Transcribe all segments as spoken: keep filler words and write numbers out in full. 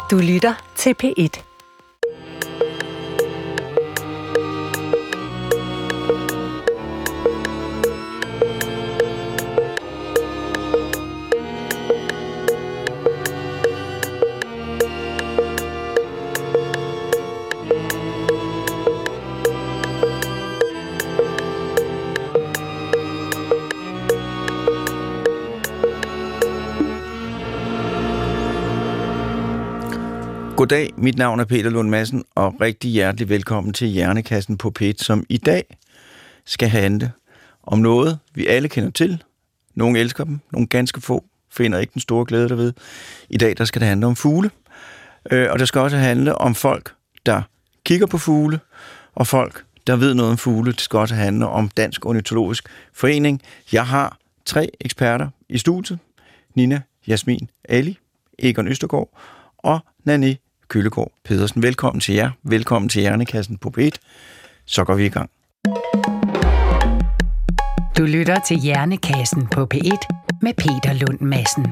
Du lytter til P et. Goddag, mit navn er Peter Lund Madsen, og rigtig hjertelig velkommen til Hjernekassen på P et, som i dag skal handle om noget, vi alle kender til. Nogle elsker dem, nogle ganske få finder ikke den store glæde derved. I dag der skal det handle om fugle, og det skal også handle om folk, der kigger på fugle, og folk, der ved noget om fugle. Det skal også handle om Dansk Ornitologisk Forening. Jeg har tre eksperter i studiet. Nina Jasmin Ali, Egon Østergaard og Nanne Køllegaard Pedersen. Velkommen til jer. Velkommen til Hjernekassen på P et. Så går vi i gang. Du lytter til Hjernekassen på P et med Peter Lund Madsen.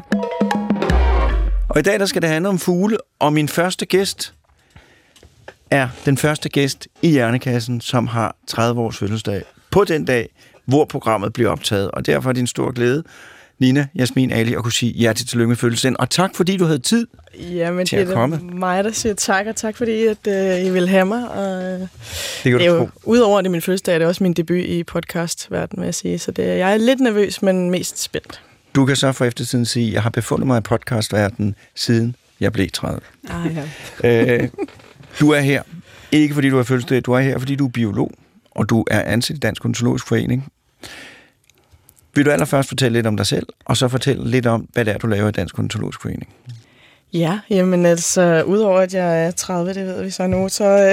Og i dag der skal det handle om fugle, og min første gæst er den første gæst i Hjernekassen, som har tredive års fødselsdag på den dag, hvor programmet bliver optaget. Og derfor er det en stor glæde, Nina Jasmin Ali, at kunne sige hjertelig tillykke med fødselsdagen. Og tak, fordi du havde tid Jamen, til at komme. Det er mig, der siger tak, og tak, fordi at, øh, I vil have mig. Og, det kan du jo, udover det min fødselsdag, er det også min debut i podcastverdenen, vil jeg sige. Så det, jeg er lidt nervøs, men mest spændt. Du kan så for eftertiden sige, at jeg har befundet mig i podcastverdenen, siden jeg blev tredive. Ah, ja. øh, du er her, ikke fordi du har fødselsdag, du er her, fordi du er biolog, og du er ansat i Dansk Ornitologisk Forening. Vil du allerførst fortælle lidt om dig selv, og så fortælle lidt om, hvad det er, du laver i Dansk Ornitologisk Forening? Ja, jamen altså, udover at jeg er tredive, det ved vi så nu, så øh,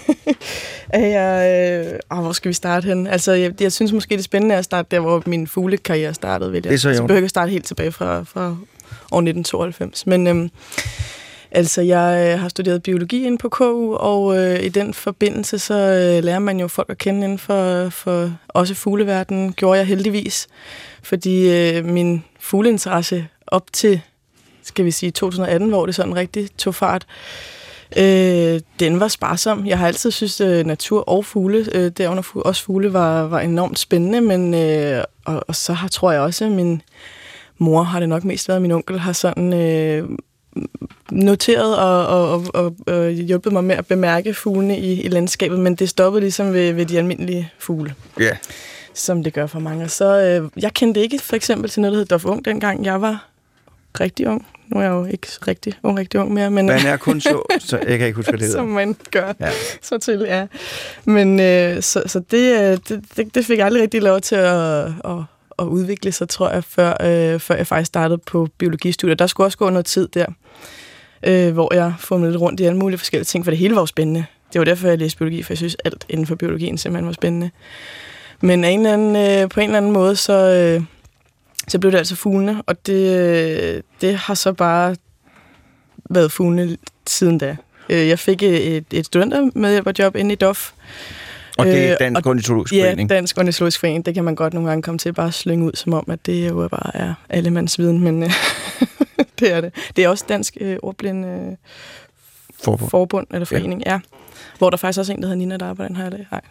er jeg... Øh, åh, hvor skal vi starte hen? Altså, jeg, jeg synes måske, det er spændende at starte der, hvor min fuglekarriere startede. Vil jeg. Det er så jo. Så behøver jeg starte helt tilbage fra, fra år nitten tooghalvfems. Men øh, altså, jeg har studeret biologi inde på K U, og øh, i den forbindelse, så øh, lærer man jo folk at kende inden for, for også fugleverdenen. Gjorde jeg heldigvis, fordi øh, min fugleinteresse op til, skal vi sige, to tusind atten, hvor det sådan rigtig tog fart, øh, den var sparsom. Jeg har altid synes øh, natur og fugle, øh, derunder også fugle, var, var enormt spændende, men øh, og, og så har, tror jeg også, at min mor har det nok mest været, min onkel har sådan... Øh, noteret og, og, og, og hjulpet mig med at bemærke fuglene i, i landskabet, men det stoppede ligesom ved, ved de almindelige fugle, yeah. som det gør for mange. Så øh, jeg kendte ikke for eksempel til noget, der hed Dof Ung, dengang jeg var rigtig ung. Nu er jeg jo ikke rigtig ung, rigtig ung mere. Men man er kun så, så jeg kan ikke huske, hvad det hedder. Som man gør, ja. Så til, ja. Men øh, så, så det, det, det fik jeg aldrig rigtig lov til at... at at udvikle sig, tror jeg, før, øh, før jeg faktisk startede på biologistudiet. Der skulle også gå noget tid der, øh, hvor jeg fumlede lidt rundt i alle mulige forskellige ting, for det hele var jo spændende. Det var derfor, jeg læste biologi, for jeg synes, alt inden for biologien simpelthen var spændende. Men af en eller anden, øh, på en eller anden måde, så, øh, så blev det altså fuglene, og det, øh, det har så bare været fuglene siden da. Jeg fik et, et studentermedhjælperjob inde i D O F. Og det er Dansk Ornitologisk Forening? Ja, Dansk Ornitologisk Forening. Det kan man godt nogle gange komme til bare at slynge ud, som om, at det jo bare er allemandsviden, men øh, det er det. Det er også Dansk øh, Ordblinde øh, Forbund. Forbund, eller forening, ja. ja. Hvor der faktisk også er en, der hedder Nina, der arbejder den her dag. Nej.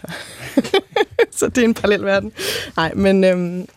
Så det er en parallel verden. Nej, men øhm, øh,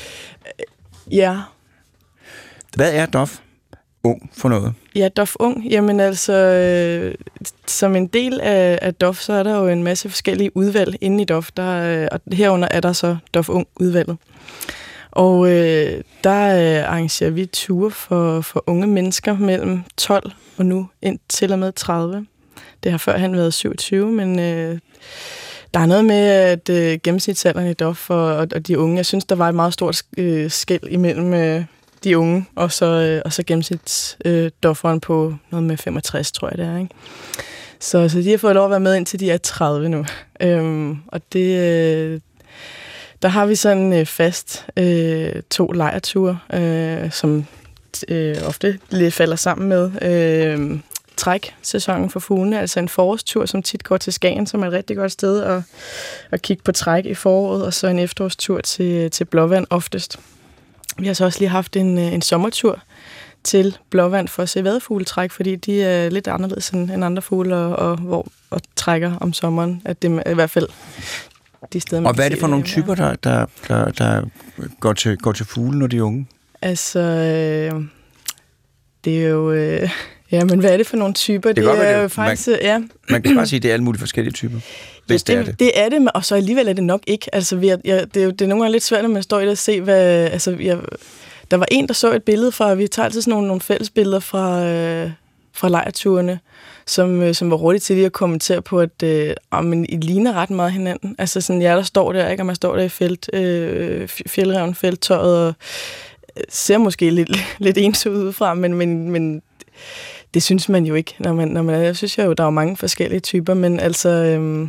ja. Hvad er D O F Ung for noget? Ja, D O F Ung, jamen altså, øh, som en del af, af D O F, så er der jo en masse forskellige udvalg inde i D O F, der, øh, og herunder er der så D O F Ung udvalget. Og øh, der øh, arrangerer vi ture for, for unge mennesker mellem tolv og nu ind til og med tredive. Det har førhen været syvogtyve, men øh, der er noget med, at øh, gennemsnitsalderen i D O F og, og de unge, jeg synes, der var et meget stort øh, skel imellem øh, de unge, og så, øh, og så gennemsnitsdofferen øh, på noget med femogtres, tror jeg det er, ikke? Så, så de har fået lov at være med, indtil de er tredive nu. Øhm, og det, øh, der har vi sådan øh, fast øh, to lejrture, øh, som øh, ofte lidt falder sammen med øh, træksæsonen for fuglene, altså en forårstur, som tit går til Skagen, som er et rigtig godt sted at, at kigge på træk i foråret, og så en efterårstur til, til Blåvand oftest. Vi har så også lige haft en, en sommertur til Blåvand for at se vadefugletræk, fordi de er lidt anderledes end andre fugle, og, og, hvor, og trækker om sommeren. At det er i hvert fald de steder, man Og hvad er det for det, nogle typer, der, der, der, der går, til, går til fugle, når de er unge? Altså, øh, det er jo... Øh, ja, men hvad er det for nogle typer? Det, det godt, er det, jo faktisk... man, ja. man kan bare sige, at det er alle mulige forskellige typer. Ja, det, det, er det. det er det, og så alligevel er det nok ikke. Altså, vi er, ja, det, er jo, det er nogle gange lidt svært, når man står i det og se, hvad... Altså, jeg, der var en, der så et billede fra... Vi tager altid sådan nogle, nogle fælles billeder fra, øh, fra lejrturene, som, øh, som var hurtigt til lige at kommentere på, at øh, oh, men I ligner ret meget hinanden. Altså sådan, jeg der står der, ikke? Og man står der i felt, øh, fjeldreven, felttøjet, og øh, ser måske lidt, lidt ens udefra, men, men, men det synes man jo ikke, når man, når man er. Jeg synes jo, der er mange forskellige typer, men altså... Øh,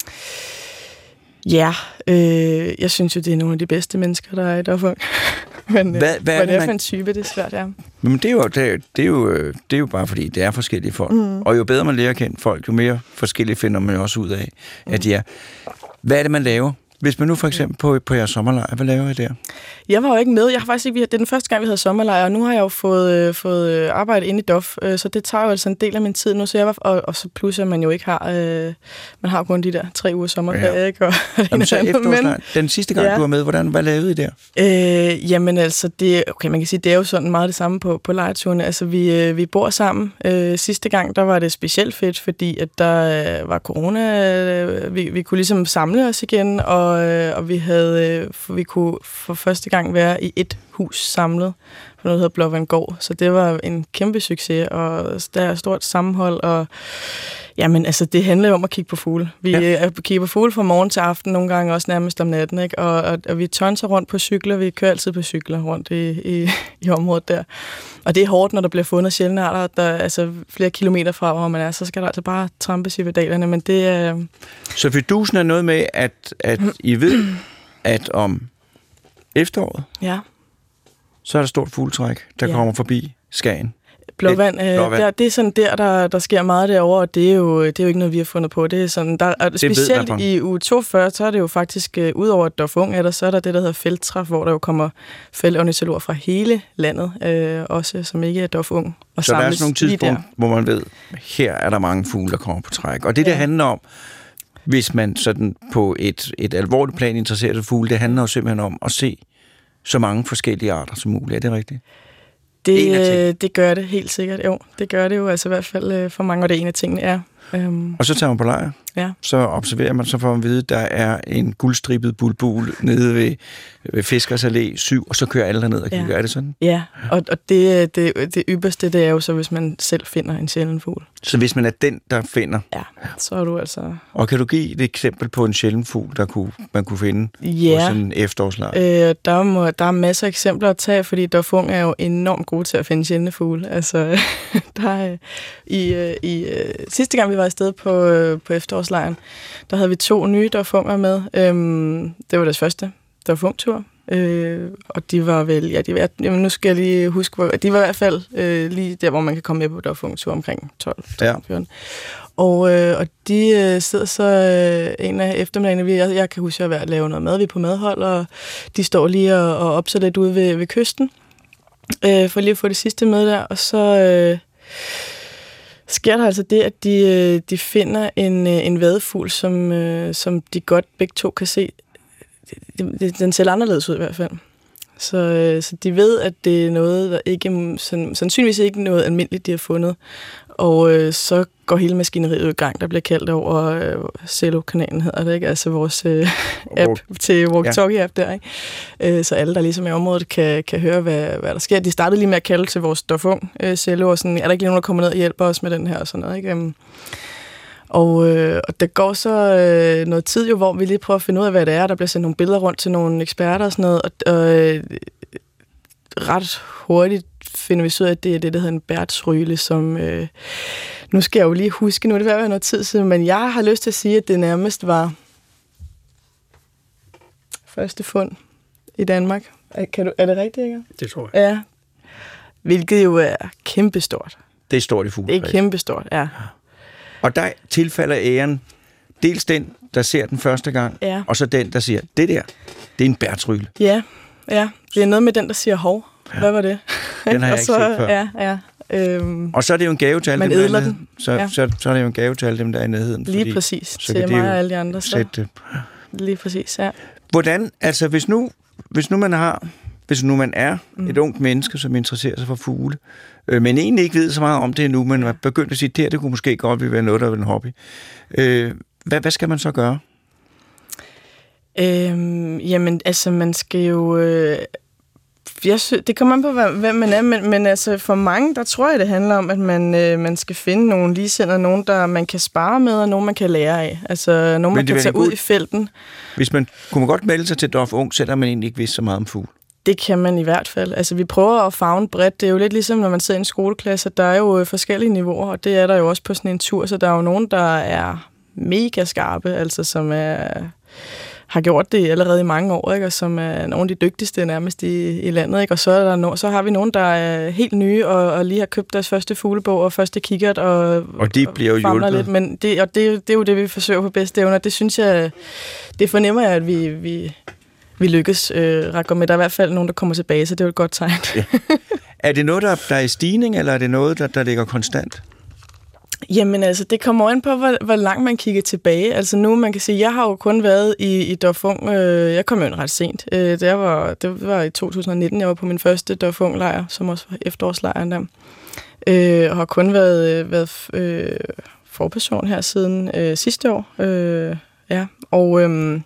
ja, øh, jeg synes jo, det er nogle af de bedste mennesker, der er i Dofung. Men hvad, hvad, hvad er det, er for en type, det er svært, ja. Men det er, jo, det, er, det, er jo, det er jo bare fordi, det er forskellige folk. Mm. Og jo bedre man lærer at kende folk, jo mere forskellige finder man også ud af, mm. at de er. Hvad er det, man laver? Hvis man nu for eksempel på, på jeres sommerlejr, hvad laver I der? Jeg var jo ikke med. Jeg har faktisk ikke, det er den første gang, vi havde sommerlejr, og nu har jeg jo fået, øh, fået arbejde inde i D O F, øh, så det tager jo altså en del af min tid nu. Så jeg var, og, og så plus, at man jo ikke har, øh, man har kun de der tre uger sommerferie, ja. Ikke? Og, jamen, så efterårslejr, den sidste gang, ja. Du var med, hvordan, hvad lavede I der? Øh, jamen altså, det, okay, man kan sige, det er jo sådan meget det samme på, på lejrturene. Altså, vi, øh, vi bor sammen. Øh, sidste gang, der var det specielt fedt, fordi at der øh, var corona. Øh, vi, vi kunne ligesom samle os igen, og øh, og vi havde, for vi kunne for første gang være i et hus samlet, for noget, der hedder Blåvandgård. Så det var en kæmpe succes, og der er stort sammenhold, og jamen, altså, det handler jo om at kigge på fugle. Vi ja. kigger på fugle fra morgen til aften, nogle gange også nærmest om natten, ikke? Og, og, og vi tonser rundt på cykler, vi kører altid på cykler rundt i, i, i området der. Og det er hårdt, når der bliver fundet sjældne arter, der altså flere kilometer fra, hvor man er, så skal der altså bare trampes i pedalerne, men det er... Øh... Så fidusen er noget med, at, at I ved, at om efteråret, ja. så er der stort fugletræk, der ja. kommer forbi Skagen. Blåvand, øh, Blåvand. Der, det er sådan der, der, der sker meget derovre, og det er, jo, det er jo ikke noget, vi har fundet på. Det er sådan, der, er, specielt i uge toogfyrre, så er det jo faktisk, uh, ud over at Dofung er der, så er der det, der hedder felttræf, hvor der jo kommer fældornitologer fra hele landet, øh, også som ikke er Dofung. Og så der er sådan nogle tidspunkt, hvor man ved, her er der mange fugle, der kommer på træk. Og det, det ja. handler om, hvis man sådan på et, et alvorligt plan interesserer sig fugle, det handler jo simpelthen om at se så mange forskellige arter som muligt. Er det rigtigt? Det, det gør det helt sikkert, jo. Det gør det jo, altså i hvert fald for mange, og det er en af tingene er. Um, og så tager man på lejr. Ja. Så observerer man, så får man vide, at der er en guldstribet bulbul nede ved, ved Fiskers Allé syv, og så kører alle derned og kigger. Ja. Er det sådan? Ja, og, og det, det, det ypperste, det er jo så, hvis man selv finder en sjælden fugl. Så hvis man er den, der finder? Ja, så er du altså... Og kan du give et eksempel på en sjælden fugl, der kunne, man kunne finde ja. på sådan en efterårslejr? Øh, der, må, der er masser af eksempler at tage, fordi Dofung er jo enormt gode til at finde sjældne fugle. Altså, der er, i, i, sidste gang, vi var afsted på, på efterårslejren, der havde vi to nye Dofunger med. Øhm, det var deres første Dofung-tur. Øh, og de var vel, ja, de var, jamen nu skal jeg lige huske, hvor, de var i hvert fald øh, lige der, hvor man kan komme med på Dofung-tur omkring tolv fjorten. Ja. Og, øh, og de øh, sidder så øh, en af eftermiddagene, vi, jeg, jeg kan huske, at jeg er ved at lave noget mad, vi er på madhold, og de står lige og, og opsætter lidt ude ved, ved kysten, øh, for lige at få det sidste med der, og så... Øh, sker der altså det, at de, de finder en, en vadefugl, som, som de godt begge to kan se. Den ser anderledes ud i hvert fald. Så, så de ved, at det er noget, der ikke sandsynligvis ikke noget almindeligt, de har fundet. Og øh, så går hele maskineriet i gang, der bliver kaldt over øh, Cello-kanalen, hedder det, ikke? Altså vores øh, app til walkie-talkie-app der, ikke? Øh, så alle, der ligesom er i området, kan, kan høre, hvad, hvad der sker. De startede lige med at kalde til vores Dofung øh, Cello, og sådan, er der ikke lige nogen, der kommer ned og hjælper os med den her, og sådan noget, ikke? Um, og, øh, og der går så øh, noget tid jo, hvor vi lige prøver at finde ud af, hvad det er. Der bliver sendt nogle billeder rundt til nogle eksperter og sådan noget, og, og øh, ret hurtigt finder vi så ud af, at det er det, der hedder en bærtsryle, som... Øh, nu skal jeg jo lige huske, nu er det ved at være noget tid siden, men jeg har lyst til at sige, at det nærmest var første fund i Danmark. Er, kan du, er det rigtigt, ikke? Det tror jeg. Ja. Hvilket jo er kæmpestort. Det er stort i fuglekreds. Det er kæmpestort, ja. Og der tilfalder æren dels den, der ser den første gang, ja. og så den, der siger, det der, det er en bærtsryle. Ja, ja. Det er noget med den, der siger hov. hvad var det? Den har jeg ikke så, set før. Ja, ja. Øhm, og så er det jo en gave til alle man dem, der ædler er den. Så, Ja. så, så er det jo en gave til alle dem, der er i nærheden. Lige fordi, præcis. så Til kan mig de jo og alle de andre. Så. sætte det. Lige præcis, ja. Hvordan, altså hvis nu, hvis nu man har, hvis nu man er Mm. et ungt menneske, som interesserer sig for fugle, øh, men egentlig ikke ved så meget om det endnu, men er begyndt at sige, det her, det kunne måske godt være noget, der er en hobby. Øh, hvad, hvad skal man så gøre? Øhm, jamen, altså, man skal jo... Øh, jeg synes, det kommer an på, hvem man er, men, men altså, for mange, der tror jeg, det handler om, at man, øh, man skal finde nogle ligesindede, nogen, der man kan spare med, og nogen, man kan lære af. Altså, nogen, man kan tage ud i felten. Hvis man, kunne man godt melde sig til D O F Ung, selvom man egentlig ikke vidste så meget om fugle? Det kan man i hvert fald. Altså, vi prøver at favne bredt. Det er jo lidt ligesom, når man sidder i en skoleklasse, der er jo forskellige niveauer, og det er der jo også på sådan en tur, så der er jo nogen, der er mega skarpe, altså som er... har gjort det allerede i mange år, ikke? Og som er nogle af de dygtigste nærmest i, i landet. Ikke? Og så, er der no, så har vi nogen, der er helt nye og, og lige har købt deres første fuglebog og første kikkert og, og de bliver jo hjulpet. Lidt. Men det, og det, det er jo det, vi forsøger på bedste evner. Det synes jeg, det fornemmer jeg, at vi, vi, vi lykkes øh, ret godt med. Der er i hvert fald nogen, der kommer tilbage, så det er jo et godt tegn. Ja. Er det noget, der, der er i stigning, eller er det noget, der, der ligger konstant? Jamen altså, det kommer an på, hvor, hvor langt man kigger tilbage. Altså nu, man kan sige, jeg har jo kun været i, i D O F Ung, øh, jeg kom jo ind ret sent. Øh, det, var, det var i to tusind nitten, jeg var på min første D O F Ung-lejr, som også var efterårslejren der. Øh, og har kun været, været øh, forperson her siden øh, sidste år. Øh, ja, og... Øh,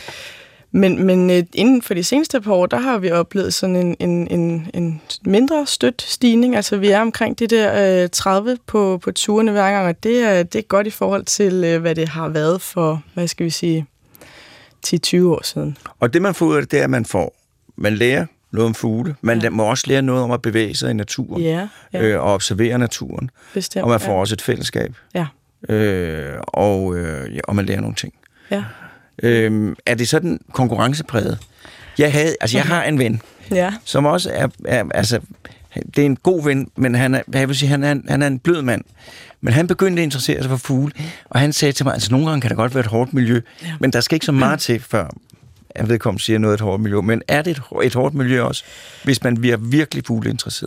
Men, men øh, inden for de seneste par år, der har vi oplevet sådan en, en, en, en mindre støt stigning. Altså vi er omkring de der øh, tredive på, på turene hver gang, og det er, det er godt i forhold til, øh, hvad det har været for, hvad skal vi sige, ti til tyve år siden. Og det man får ud af det, det er, at man får, man lærer noget om fugle. Man ja. må også lære noget om at bevæge sig i naturen. Ja, ja. Øh, og observere naturen. Bestemt, og man får ja. også et fællesskab. Ja. Øh, og, øh, ja, og man lærer nogle ting. Ja. Øhm, er det sådan konkurrencepræget? Jeg havde, altså jeg har en ven, ja. som også er, er, altså, det er en god ven, men han er, jeg vil sige, han er, en, han er en blød mand. Men han begyndte at interessere sig for fugle, og han sagde til mig, altså nogle gange kan det godt være et hårdt miljø, ja. men der skal ikke så meget til, før jeg ved ikke, om siger noget af et hårdt miljø, men er det et, et hårdt miljø også, hvis man bliver virkelig fugleinteresseret?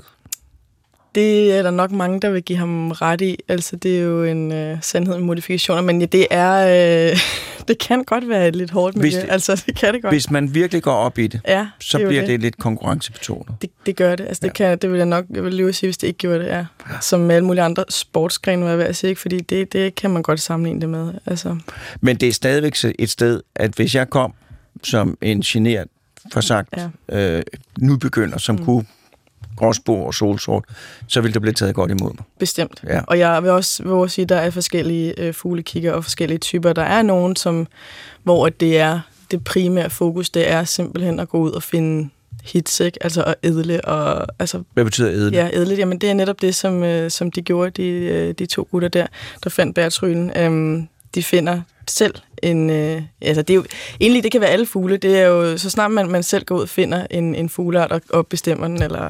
Det er der nok mange, der vil give ham ret i. Altså, det er jo en øh, sandhed med modifikationer, men ja, det er... Øh, det kan godt være et lidt hårdt miljø. Det, altså, det kan det godt. Hvis man virkelig går op i det, ja, så det bliver det. det lidt konkurrencebetonet. Det, det gør det. Altså, det, ja. kan, det vil jeg nok jeg vil lige sige, hvis det ikke gjorde det, ja. Som med alle mulige andre sportsgrene, hvad jeg vil sige, ikke? Fordi det, det kan man godt sammenligne det med. Altså. Men det er stadigvæk et sted, at hvis jeg kom som en generet, for sagt, ja. øh, nybegynder, som mm. kunne gråsbo og solsort, så vil det blive taget godt imod mig. Bestemt. Ja. Og jeg vil også vil også sige, at der er forskellige øh, fuglekikker og forskellige typer. Der er nogen, som, hvor det er det primære fokus, det er simpelthen at gå ud og finde hits, ikke? Altså at ædle. Og, altså, hvad betyder ædle? Ja, ædle. Jamen, det er netop det, som, øh, som de gjorde, de, de to gutter der, der fandt bærtryglen. Øhm, de finder selv en... Øh, altså, det er jo... Egentlig, det kan være alle fugle. Det er jo... Så snart man, man selv går ud og finder en, en fugleart og, og bestemmer den, eller...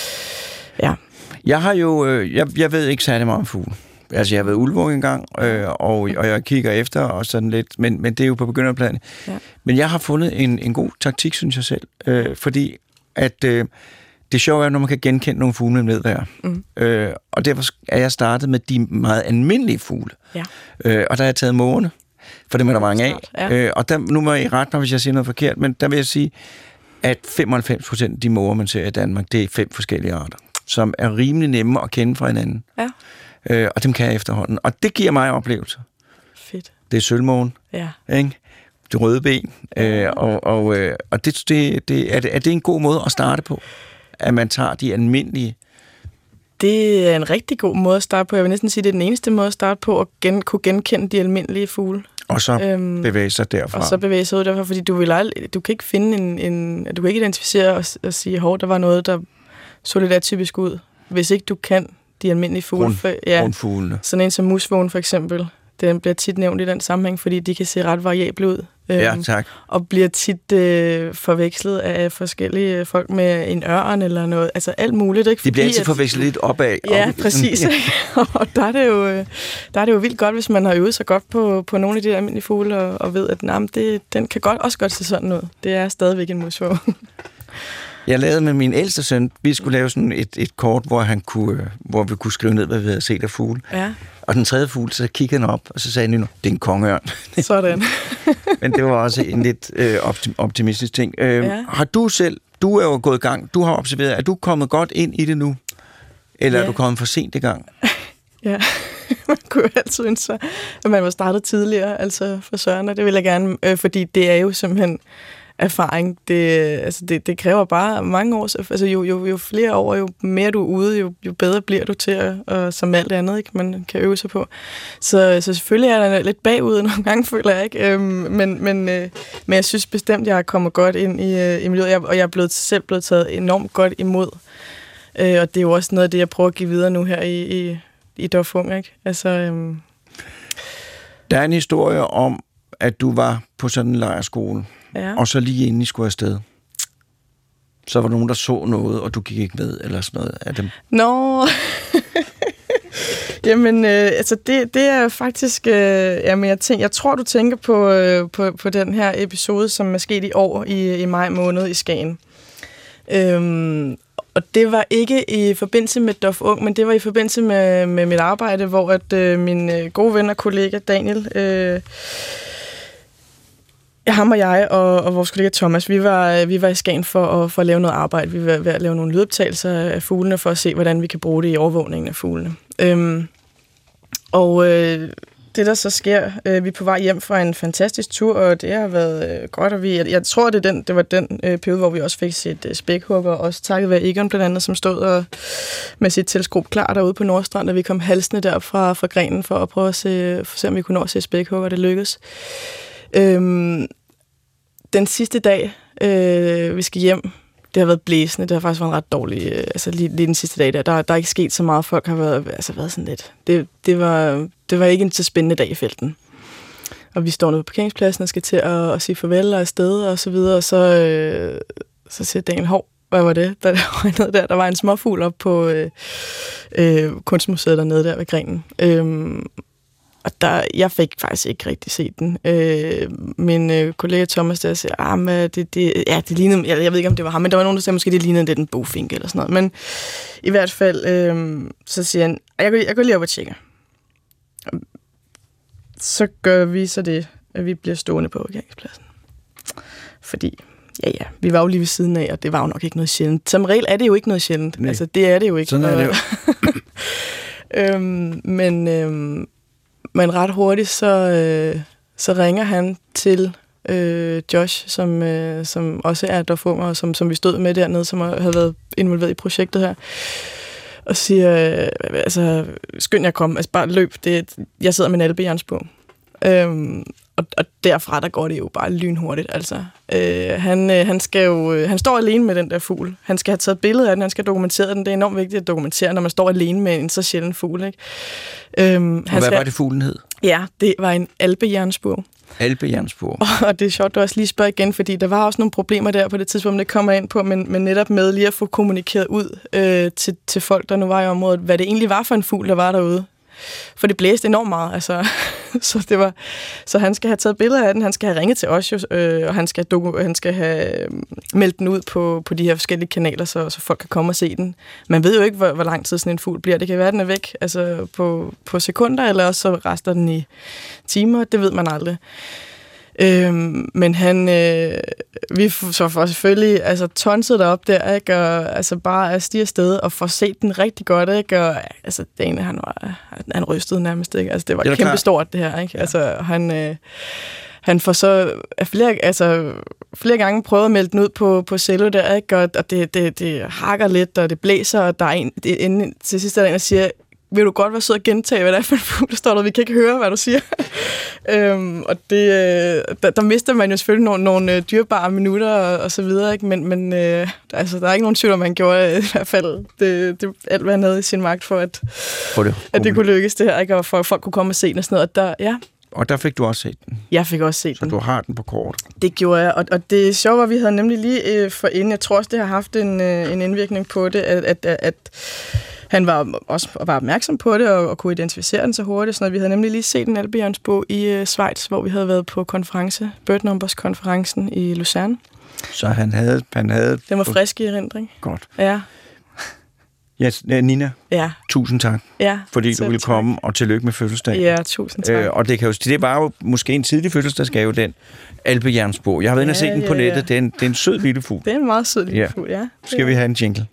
Ja. Jeg har jo... Øh, jeg, jeg ved ikke særlig meget om fugle. Altså, jeg har været ulvung engang, øh, og, og jeg kigger efter og sådan lidt, men, men det er jo på begynderplanet. Ja. Men jeg har fundet en, en god taktik, synes jeg selv, øh, fordi at øh, det sjove er, når man kan genkende nogle fugle med vejr. Mm. Øh, og derfor er jeg startet med de meget almindelige fugle. Ja. Øh, og der har jeg taget mågerne, for dem er der mange af. Ja. Øh, og der, nu må jeg rette mig, hvis jeg siger noget forkert, men der vil jeg sige, at femoghalvfems procent af de måger, man ser i Danmark, det er fem forskellige arter, som er rimelig nemme at kende fra hinanden. Ja. Øh, og dem kan jeg efterhånden. Og det giver mig oplevelser. Fedt. Det er sølvmågen. Ja. Ikke? Det røde ben. Øh, og og, øh, og det, det, det, er, det, er det en god måde at starte på? At man tager de almindelige... Det er en rigtig god måde at starte på. Jeg vil næsten sige, det er den eneste måde at starte på, at gen, kunne genkende de almindelige fugle. Og så øhm, bevæge sig derfra. Og så bevæge sig ud derfra, fordi du, vil aldrig, du kan ikke finde en, en... Du kan ikke identificere og, og sige, hov, der var noget, der så lidt atypisk ud. Hvis ikke du kan de almindelige fugle. Rund, ja, rundfuglene. Sådan en som musvågen for eksempel. Den bliver tit nævnt i den sammenhæng, fordi de kan se ret variable ud. Ja, tak. Og bliver tit øh, forvekslet af forskellige folk med en ørn eller noget. Altså alt muligt. Ikke? De bliver altid at, forvekslet lidt opad. Ja, op. præcis. Og der er, det jo, der er det jo vildt godt, hvis man har øvet sig godt på, på nogle af de der almindelige fugle, og, og ved, at nah, det, den kan godt, også godt se sådan ud. Det er stadigvæk en musvåge. Jeg lavede med min ældste søn, vi skulle lave sådan et, et kort, hvor, han kunne, hvor vi kunne skrive ned, hvad vi havde set af fugle. Ja. Og den tredje fugl, så kiggede han op, og så sagde han, det er en kongeørn. Sådan. Men det var også en lidt øh, optimistisk ting. Øh, ja. Har du selv, du er jo gået i gang, du har observeret, er du kommet godt ind i det nu? Eller ja. Er du kommet for sent i gang? Ja, man kunne jo altid ønske sig, at man var startet tidligere, altså for søren, og det vil jeg gerne, øh, fordi det er jo simpelthen erfaring. Det, altså det, det kræver bare mange år, altså jo, jo, jo flere år, jo mere du er ude, jo, jo bedre bliver du til at, og som alt andet, ikke, man kan øve sig på. Så, så selvfølgelig er der lidt bagud nogle gange, føler jeg, ikke? Øhm, men, men, øh, men jeg synes bestemt, jeg er kommet godt ind i, øh, i miljøet, jeg, og jeg er blevet, selv blevet taget enormt godt imod. Øh, og det er jo også noget af det, jeg prøver at give videre nu her i, i, i Dof Ung, ikke? Altså, øhm. Der er en historie om, at du var på sådan en lejrskole, ja. Og så lige inden I skulle afsted, så var der nogen, der så noget, og du gik ikke med, eller sådan noget af dem. Nå, jamen, øh, altså det, det er faktisk, øh, jamen jeg, tænker, jeg tror, du tænker på, øh, på, på den her episode, som er sket i år, i, i maj måned i Skagen. Øhm, og det var ikke i forbindelse med Dof Ung, men det var i forbindelse med, med mit arbejde, hvor at, øh, min øh, gode ven og kollega Daniel, øh, ham og jeg og, og vores kollega Thomas, vi var, vi var i Skagen for at, for at lave noget arbejde. Vi var ved at lave nogle lydoptagelser af fuglene, for at se, hvordan vi kan bruge det i overvågningen af fuglene. Øhm, og øh, det, der så sker, øh, vi er på vej hjem fra en fantastisk tur, og det har været øh, godt, og vi, jeg, jeg tror, det, den, det var den øh, periode, hvor vi også fik set øh, spækhugger, også takket være Egon blandt andet, som stod og, med sit teleskop klar derude på Nordstrand, og vi kom halsende der fra, fra grenen for at prøve at se, for at se, om vi kunne nå at se spækhugger, det lykkedes. Øhm, den sidste dag, øh, vi skal hjem, det har været blæsende, det har faktisk været en ret dårlig, øh, altså lige, lige den sidste dag der, der, der er ikke sket så meget, folk har været, altså været sådan lidt, det, det, var, det var ikke en så spændende dag i felten. Og vi står nede på parkeringspladsen og skal til at, at sige farvel og afsted og så videre, og så, øh, så siger Daniel, hov, hvad var det? Der var noget der, der var en småfugl op på øh, øh, kunstmuseet dernede der ved grenen. Øhm, Og der, jeg fik faktisk ikke rigtig set den. Øh, min øh, kollega Thomas der siger, ah, men det, det, ja, det lignede, jeg, jeg ved ikke, om det var ham, men der var nogen, der sagde, måske det lignede det den bofink eller sådan noget. Men i hvert fald, øh, så siger han, jeg går, jeg går lige op og tjekker. Så gør vi så det, at vi bliver stående på parkeringspladsen. Fordi, ja ja, vi var jo lige ved siden af, og det var jo nok ikke noget sjældent. Som regel er det jo ikke noget sjældent. Nej. Altså, det er det jo ikke. Sådan er det jo. øhm, men... Øh, Men ret hurtigt, så, øh, så ringer han til øh, Josh, som, øh, som også er Dof Ung, og som, som vi stod med dernede, som havde været involveret i projektet her, og siger, øh, altså, skynd jer at komme, altså bare løb, det, jeg sidder med en alpejernsbog. Øhm, og, og derfra, der går det jo bare lynhurtigt, altså. Øh, han, øh, han skal jo, han står alene med den der fugl. Han skal have taget billeder af den, han skal dokumentere den. Det er enormt vigtigt at dokumentere, når man står alene med en så sjælden fugl, ikke? Øhm, og han hvad skal, var det, fuglen hed? Ja, det var en alpejernsbog. Alpejernsbog. Og det er sjovt, du også lige spørger igen, fordi der var også nogle problemer der på det tidspunkt, det kommer ind på, men, men netop med lige at få kommunikeret ud øh, til, til folk, der nu var i området, hvad det egentlig var for en fugl, der var derude. For det blæste enormt meget, altså. så, det var, så han skal have taget billeder af den, han skal have ringet til os, jo, øh, og han skal, doku, han skal have øh, meldt den ud på, på de her forskellige kanaler, så, så folk kan komme og se den. Man ved jo ikke, hvor, hvor lang tid sådan en fugl bliver. Det kan være, den er væk altså på, på sekunder, eller også så rester den i timer. Det ved man aldrig. Øhm, men han, øh, vi så for selvfølgelig altså tonset derop der, ikke, og altså bare at stige afsted og få set den rigtig godt, ikke, og altså Dane, han var, han rystede nærmest, ikke, altså det var det kæmpe stort det her, ikke, ja. Altså han, øh, han får så flere, altså flere gange prøvet at melde den ud på, på cello der, ikke, og, og det, det, det hakker lidt, og det blæser, og der er en, det, inden, til sidst er der en, der siger, vil du godt være sød at gentage, hvad der er for en fugl, der står der? Vi kan ikke høre, hvad du siger. øhm, og det, der, der mister man jo selvfølgelig nogle, nogle dyrebare minutter og, og så videre, ikke? Men, men øh, altså, der er ikke nogen tvivl om, man gjorde i hvert fald det, det, alt, hvad han havde i sin magt for, at, for det, at det kunne lykkes det her, ikke? Og for at folk kunne komme og se den og sådan noget. Og der, ja. Og der fik du også set den? Jeg fik også set så den. Så du har den på kort? Det gjorde jeg, og, og det sjove var, at vi havde nemlig lige øh, for inden, jeg tror også, det har haft en, øh, en indvirkning på det, at, at, at han var også var opmærksom på det og, og kunne identificere den så hurtigt. Så vi havde nemlig lige set en alpebjørnsbo i øh, Schweiz, hvor vi havde været på konference, Bird Numbers-konferencen i Lucerne. Så han havde... Han havde den var frisk i erindring. Godt. Ja. Ja, Nina, ja. tusind tak, ja, fordi du ville komme, og tillykke med fødselsdagen. Ja, tusind tak. Øh, og det, kan jo, det var jo måske en tidlig fødselsdagsgave, den alpejernspor. Jeg har været inde og set den på nettet. Ja. Det, er en, det er en sød lille fugl. Det er en meget sød lille ja. fugl, ja. Skal ja. vi have en jingle?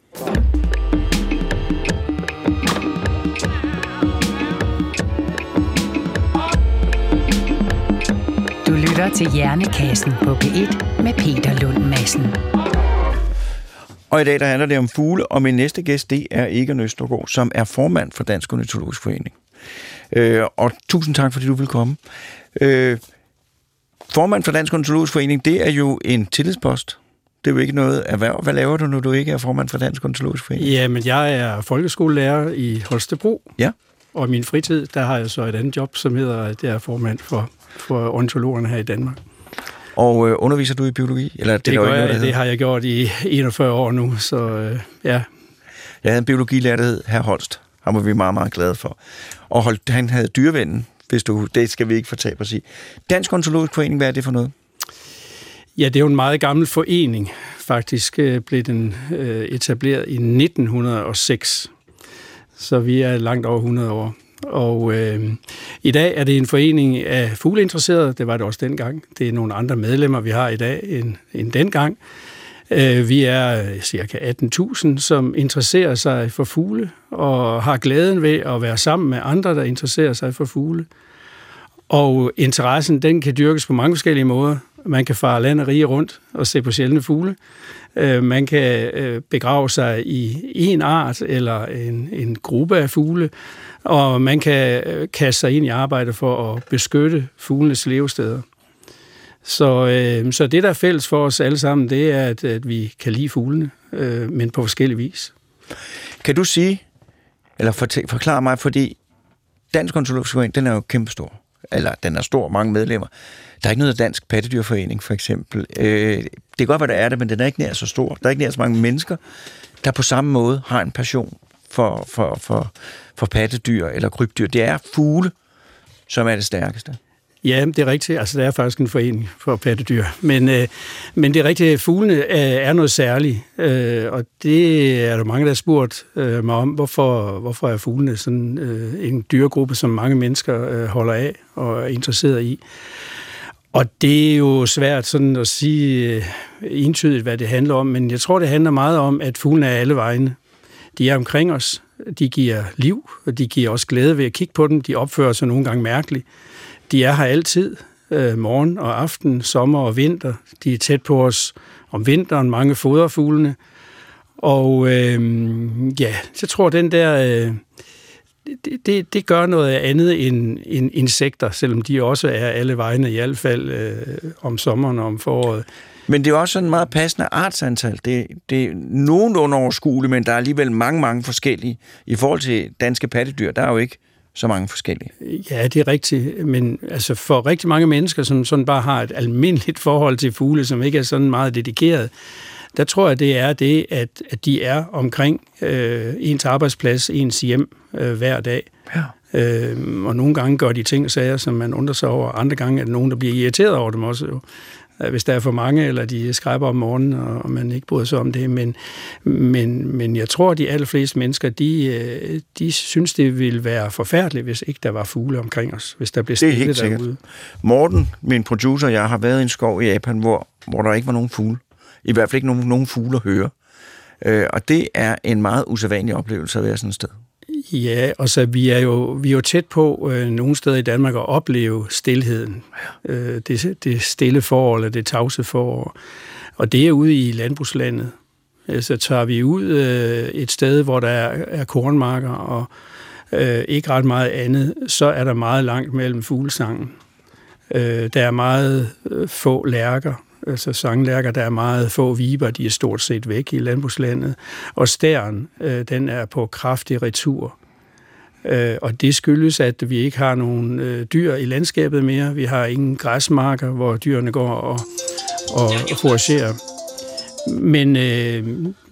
Du lytter til Hjernekassen på P et med Peter Lund Madsen. Og i dag der handler det om fugle, og min næste gæst, det er Egon Østergaard, som er formand for Dansk Ornitologisk Forening. Øh, og tusind tak, fordi du vil komme. Øh, formand for Dansk Ornitologisk Forening, det er jo en tillidspost. Det er jo ikke noget erhverv. Hvad laver du, når du ikke er formand for Dansk Ornitologisk Forening? Jamen, jeg er folkeskolelærer i Holstebro. Ja. Og i min fritid, der har jeg så et andet job, som hedder, at jeg er formand for, for ornitologerne her i Danmark. Og øh, underviser du i biologi? Eller det, det, gør jeg, noget, det har jeg gjort i enogfyrre år nu, så øh, ja. Jeg havde en biologilærer, der hed Herr Holst. Ham var vi meget, meget glade for. Og Holst, han havde dyrevennen, hvis du... Det skal vi ikke fortabe at sige. Dansk Ornitologisk Forening, hvad er det for noget? Ja, det er jo en meget gammel forening. Faktisk øh, blev den øh, etableret i nitten hundrede og seks. Så vi er langt over hundrede år. Og øh, i dag er det en forening af fugleinteresserede, det var det også dengang. Det er nogle andre medlemmer, vi har i dag end, end dengang. Øh, vi er cirka atten tusind, som interesserer sig for fugle, og har glæden ved at være sammen med andre, der interesserer sig for fugle. Og interessen, den kan dyrkes på mange forskellige måder. Man kan fare land og rige rundt og se på sjældne fugle. Man kan begrave sig i en art eller en, en gruppe af fugle, og man kan kaste sig ind i arbejde for at beskytte fuglenes levesteder. Så, øh, så det, der er fælles for os alle sammen, det er, at, at vi kan lide fuglene, øh, men på forskellige vis. Kan du sige, eller forklare mig, fordi Dansk Ornitologisk Forening, den er jo kæmpestor, eller den er stor, mange medlemmer. Der er ikke noget Dansk Pattedyrforening, for eksempel. Øh, det kan godt være, der er det, men den er ikke nær så stor. Der er ikke nær så mange mennesker, der på samme måde har en passion for, for, for, for pattedyr eller krybdyr. Det er fugle, som er det stærkeste. Ja, det er rigtigt. Altså, der er faktisk en forening for pattedyr. Men, øh, men det er rigtigt, fuglene er noget særligt. Øh, og det er der mange, der har spurgt øh, mig om, hvorfor, hvorfor er fuglene sådan øh, en dyregruppe, som mange mennesker øh, holder af og er interesseret i. Og det er jo svært sådan at sige øh, entydigt, hvad det handler om, men jeg tror, det handler meget om, at fuglene er alle vegne. De er omkring os, de giver liv, og de giver også glæde ved at kigge på dem. De opfører sig nogle gange mærkeligt. De er her altid, øh, morgen og aften, sommer og vinter. De er tæt på os om vinteren, mange foderfuglene. Og øh, ja, jeg tror, den der, øh, det, det, det gør noget andet end, end insekter, selvom de også er alle vegne, i hvert fald øh, om sommeren og om foråret. Men det er også sådan meget passende artsantal. Det, det er nogenlunde overskueligt, men der er alligevel mange, mange forskellige. I forhold til danske pattedyr, der er jo ikke så mange forskellige. Ja, det er rigtigt, men altså for rigtig mange mennesker, som sådan bare har et almindeligt forhold til fugle, som ikke er sådan meget dedikeret, der tror jeg, det er det, at, at de er omkring øh, ens arbejdsplads, ens hjem øh, hver dag. Ja. Øh, og nogle gange gør de ting og sager, som man undrer sig over. Andre gange er der nogen, der bliver irriteret over dem også jo. Hvis der er for mange, eller de skræber om morgenen, og man ikke bryder sig om det. Men, men, men jeg tror, at de allerfleste mennesker, de, de synes, det ville være forfærdeligt, hvis ikke der var fugle omkring os. Hvis der blev stille derude. Morten, min producer, og jeg har været i en skov i Japan, hvor, hvor der ikke var nogen fugle. I hvert fald ikke nogen, nogen fugle at høre. Øh, og det er en meget usædvanlig oplevelse at være sådan et sted. Ja, og så vi er jo, vi er jo tæt på øh, nogle steder i Danmark at opleve stilheden. Ja. Øh, det, det stille forår, eller det tavse forår. Og det er ude i landbrugslandet. Øh, så tager vi ud øh, et sted, hvor der er, er kornmarker og øh, ikke ret meget andet, så er der meget langt mellem fuglesangen. Øh, der er meget øh, få lærker. Altså sanglærker, der er meget få viber, de er stort set væk i landbrugslandet. Og stæren, øh, den er på kraftig retur. Øh, og det skyldes, at vi ikke har nogen øh, dyr i landskabet mere. Vi har ingen græsmarker, hvor dyrene går og, og, og foragerer. Men øh,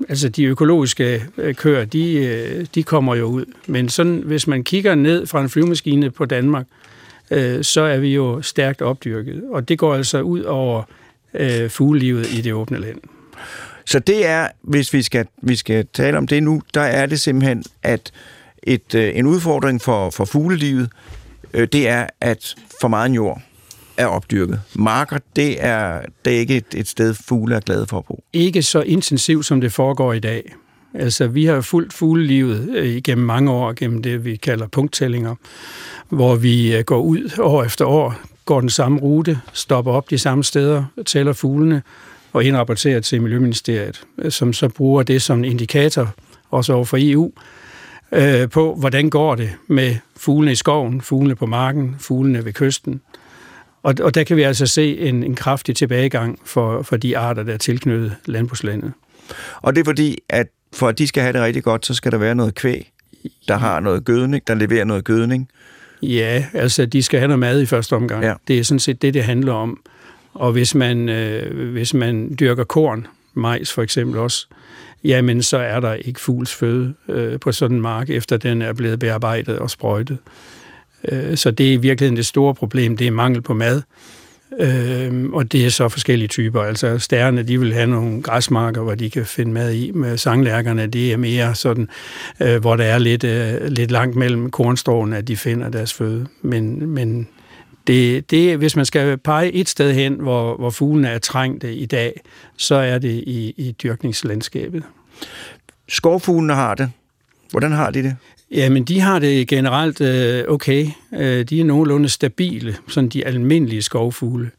altså de økologiske øh, køer, de, øh, de kommer jo ud. Men sådan, hvis man kigger ned fra en flyvemaskine på Danmark, øh, så er vi jo stærkt opdyrket. Og det går altså ud over øh, fuglelivet i det åbne land. Så det er, hvis vi skal, vi skal tale om det nu, der er det simpelthen, at et, øh, en udfordring for, for fuglelivet, øh, det er, at for meget jord er opdyrket. Marker, det er, det er ikke et, et sted, fugle er glade for at bo. Ikke så intensivt, som det foregår i dag. Altså, vi har fulgt fuglelivet igennem mange år, gennem det, vi kalder punkttællinger, hvor vi går ud år efter år, går den samme rute, stopper op de samme steder, tæller fuglene og indrapporterer til Miljøministeriet, som så bruger det som en indikator, også over for E U, øh, på, hvordan går det med fuglene i skoven, fuglene på marken, fuglene ved kysten. Og, og der kan vi altså se en, en kraftig tilbagegang for, for de arter, der er tilknyttet landbrugslandet. Og det er fordi, at for at de skal have det rigtig godt, så skal der være noget kvæg, der har noget gødning, der leverer noget gødning. Ja, altså de skal have noget mad i første omgang. Ja. Det er sådan set det, det handler om. Og hvis man, øh, hvis man dyrker korn, majs for eksempel også, jamen så er der ikke fugls føde øh, på sådan en mark, efter den er blevet bearbejdet og sprøjtet. Øh, så det er i virkeligheden det store problem, det er mangel på mad. Øh, og det er så forskellige typer. Altså stærne, de vil have nogle græsmarker, hvor de kan finde mad i. Med sanglærkerne, det er mere sådan, øh, hvor der er lidt, øh, lidt langt mellem kornstråene, at de finder deres føde. Men, men det, det, hvis man skal pege et sted hen, hvor, hvor fuglene er trængte i dag, så er det i, i dyrkningslandskabet. Skovfuglene har det. Hvordan har de det? Jamen, de har det generelt øh, okay. Øh, de er nogenlunde stabile, sådan de almindelige skovfugle.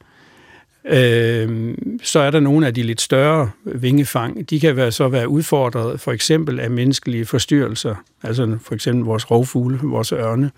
Øh, så er der nogle af de lidt større vingefang. De kan være, så være udfordret for eksempel af menneskelige forstyrrelser, altså for eksempel vores rovfugle, vores ørne.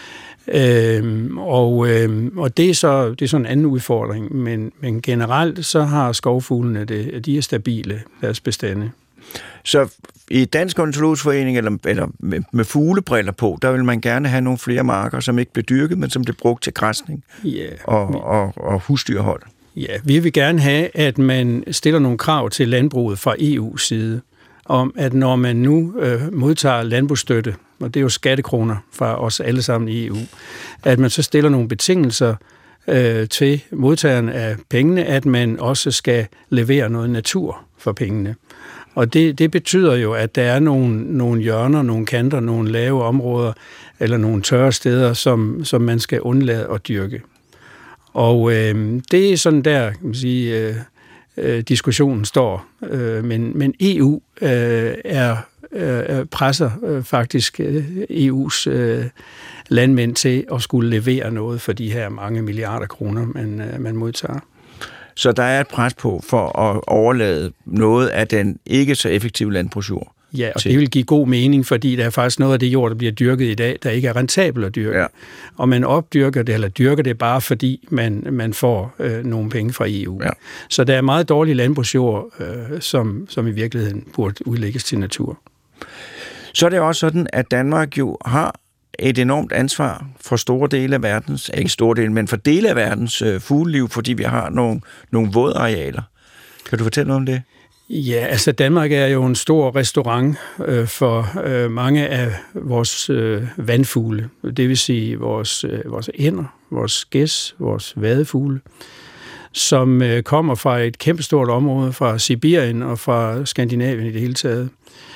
Øh, og, øh, og det er så det er sådan en anden udfordring, men, men generelt så har skovfuglene det, de er stabile, deres bestande. Så i Dansk Ornitologisk Forening, eller, eller med, med fuglebriller på, der vil man gerne have nogle flere marker, som ikke bliver dyrket, men som bliver brugt til græsning yeah. og, og, og husdyrhold. Ja, vi vil gerne have, at man stiller nogle krav til landbruget fra E U's side, om at når man nu øh, modtager landbrugsstøtte, og det er jo skattekroner fra os alle sammen i E U, at man så stiller nogle betingelser øh, til modtagerne af pengene, at man også skal levere noget natur for pengene. Og det, det betyder jo, at der er nogle, nogle hjørner, nogle kanter, nogle lave områder eller nogle tørre steder, som, som man skal undlade at dyrke. Og øh, det er sådan der, kan man sige, øh, øh, diskussionen står. Øh, men, men E U øh, er, øh, presser øh, faktisk øh, E U's øh, landmænd til at skulle levere noget for de her mange milliarder kroner, man, øh, man modtager. Så der er et pres på for at overlade noget af den ikke så effektive landbrugsjord. Ja, og til. Det vil give god mening, fordi der er faktisk noget af det jord, der bliver dyrket i dag, der ikke er rentabelt at dyrke. Ja. Og man opdyrker det, eller dyrker det bare fordi man, man får øh, nogle penge fra E U. Ja. Så der er meget dårlig landbrugsjord, øh, som, som i virkeligheden burde udlægges til natur. Så er det også sådan, at Danmark jo har et enormt ansvar for store dele af verdens, ikke store dele, men for dele af verdens øh, fugleliv, fordi vi har nogle, nogle vådarealer. Kan du fortælle noget om det? Ja, altså Danmark er jo en stor restaurant øh, for øh, mange af vores øh, vandfugle. Det vil sige vores, øh, vores ænder, vores gæs, vores vadefugle, som øh, kommer fra et kæmpestort område, fra Sibirien og fra Skandinavien i det hele taget.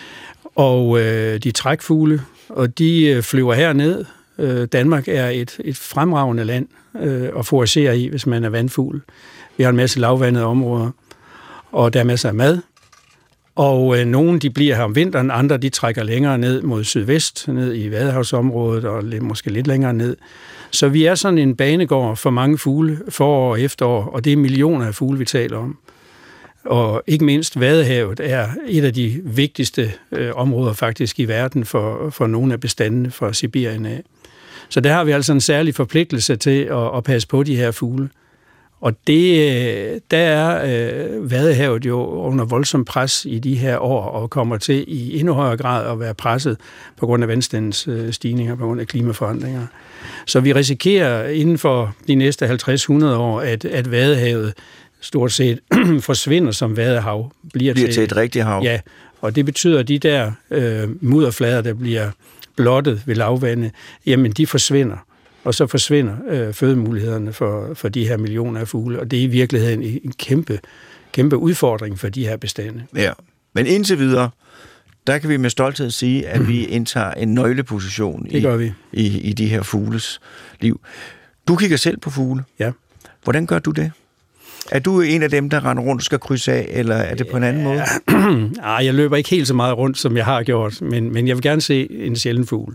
Og øh, de trækfugle, og de øh, flyver herned. Øh, Danmark er et, et fremragende land øh, at foragere i, hvis man er vandfugl. Vi har en masse lavvandede områder, og der er masser af mad. Og øh, nogle de bliver her om vinteren, andre de trækker længere ned mod sydvest, ned i Vadehavsområdet og lidt, måske lidt længere ned. Så vi er sådan en banegård for mange fugle, forår og efterår, og det er millioner af fugle, vi taler om. Og ikke mindst Vadehavet er et af de vigtigste øh, områder faktisk i verden for, for nogle af bestandene fra Sibirien af. Så der har vi altså en særlig forpligtelse til at, at passe på de her fugle. Og det, der er øh, Vadehavet jo under voldsom pres i de her år, og kommer til i endnu højere grad at være presset på grund af vandstandens øh, stigninger, på grund af klimaforandringer. Så vi risikerer inden for de næste halvtreds til hundrede år, at, at Vadehavet stort set forsvinder som vadehav. Bliver, bliver til, til et rigtigt hav. Ja, Og det betyder, at de der øh, mudderflader, der bliver blottet ved lavvande, jamen de forsvinder. Og så forsvinder øh, fødemulighederne for, for de her millioner af fugle. Og det er i virkeligheden en kæmpe, kæmpe udfordring for de her bestande. Ja, men indtil videre, der kan vi med stolthed sige, at vi indtager en nøgleposition i, vi. i, i de her fugles liv. Du kigger selv på fugle. Ja. Hvordan gør du det? Er du en af dem, der render rundt og skal krydse af, eller er det på en anden måde? Ah, jeg løber ikke helt så meget rundt, som jeg har gjort, men, men jeg vil gerne se en sjælden fugl.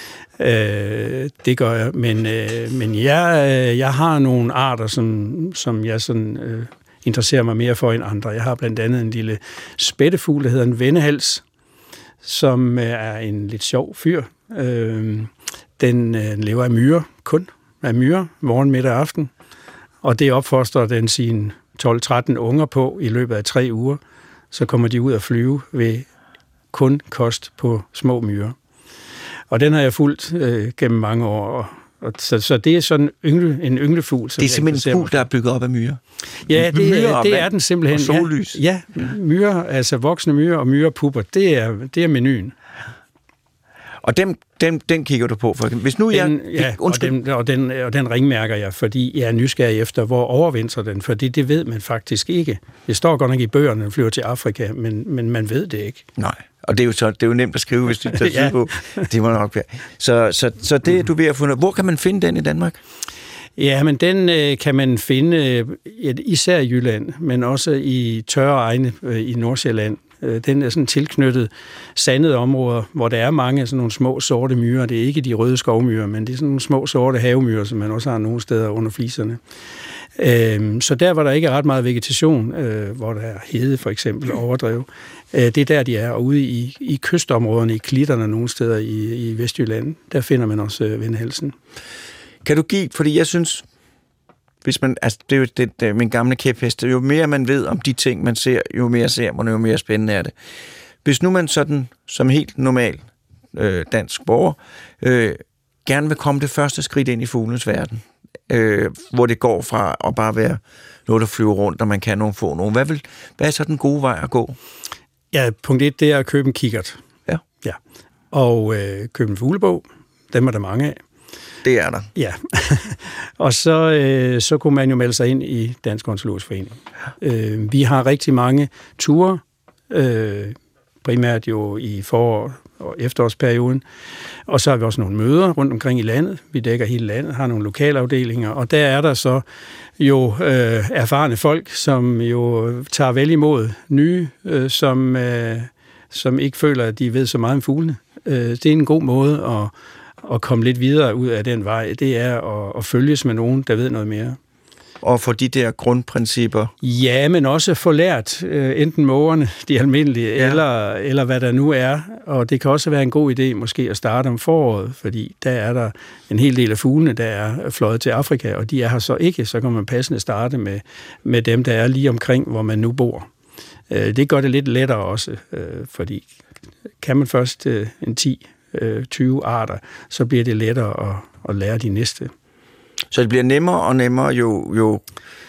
Øh, det gør jeg, men, øh, men jeg, jeg har nogle arter, som, som jeg sådan, øh, interesserer mig mere for end andre. Jeg har blandt andet en lille spættefugl, der hedder en vendehals, som er en lidt sjov fyr. Øh, den øh, lever af myrer, kun af myrer, morgen, middag og aften. Og det opfostrer den sine tolv tretten unger på i løbet af tre uger. Så kommer de ud at flyve ved kun kost på små myrer. Og den har jeg fulgt øh, gennem mange år. Og, og, så, så det er sådan yngle, en ynglefugl. Det er simpelthen en fugl, der er bygget op af myrer? Ja, det, myrer det er den simpelthen. Og sollys? Ja, ja, myrer, altså voksne myrer og myrepupper, det er, det er menuen. Og dem, dem, den kigger du på? For hvis nu den, jeg... Ja, og den, og, den, og den ringmærker jeg, fordi jeg er nysgerrig efter, hvor overvintrer den, fordi det ved man faktisk ikke. Det står godt nok i bøgerne, den flyver til Afrika, men, men man ved det ikke. Nej, og det er jo, så, det er jo nemt at skrive, hvis du tager ja. på. Det må nok være. Så, så, så det du ved at finde. Hvor kan man finde den i Danmark? Ja, men den øh, kan man finde øh, især i Jylland, men også i tørre egne øh, i Nordsjælland. Den er sådan tilknyttet sandede områder, hvor der er mange sådan nogle små sorte myrer. Det er ikke de røde skovmyrer, men det er sådan nogle små sorte havemyrer, som man også har nogle steder under fliserne. Så der, hvor der ikke er ret meget vegetation, hvor der er hede for eksempel, overdrev, det er der, de er. Og ude i, i kystområderne, i klitterne nogle steder i, i Vestjylland, der finder man også vendehalsen. Kan du give, fordi jeg synes... Hvis man, altså det er jo det, det, min gamle kæphest. Jo mere man ved om de ting, man ser, jo mere ser man, jo mere spændende er det. Hvis nu man sådan, som helt normal øh, dansk borger, øh, gerne vil komme det første skridt ind i fuglens verden, øh, hvor det går fra at bare være noget, der flyver rundt, og man kan nogle få nogen. Hvad, vil, hvad er så den gode vej at gå? Ja, punkt et, det er at købe en kikkert. Ja. Ja. Og øh, købe en fuglebog. Dem er der mange af. Det er der. Ja, og så, øh, så kunne man jo melde sig ind i Dansk Ornitologisk Forening. Øh, vi har rigtig mange ture, øh, primært jo i forår- og efterårsperioden, og så har vi også nogle møder rundt omkring i landet. Vi dækker hele landet, har nogle lokalafdelinger, og der er der så jo øh, erfarne folk, som jo tager vel imod nye, øh, som, øh, som ikke føler, at de ved så meget om fuglene. Øh, det er en god måde at at komme lidt videre ud af den vej, det er at, at følges med nogen, der ved noget mere. Og for de der grundprincipper? Ja, men også få lært øh, enten mågerne, de almindelige, ja. eller, eller hvad der nu er. Og det kan også være en god idé måske at starte om foråret, fordi der er der en hel del af fuglene, der er fløjet til Afrika, og de er her så ikke, så kan man passende starte med, med dem, der er lige omkring, hvor man nu bor. Øh, det gør det lidt lettere også, øh, fordi kan man først øh, en ti tyve arter, så bliver det lettere at, at lære de næste. Så det bliver nemmere og nemmere jo... jo...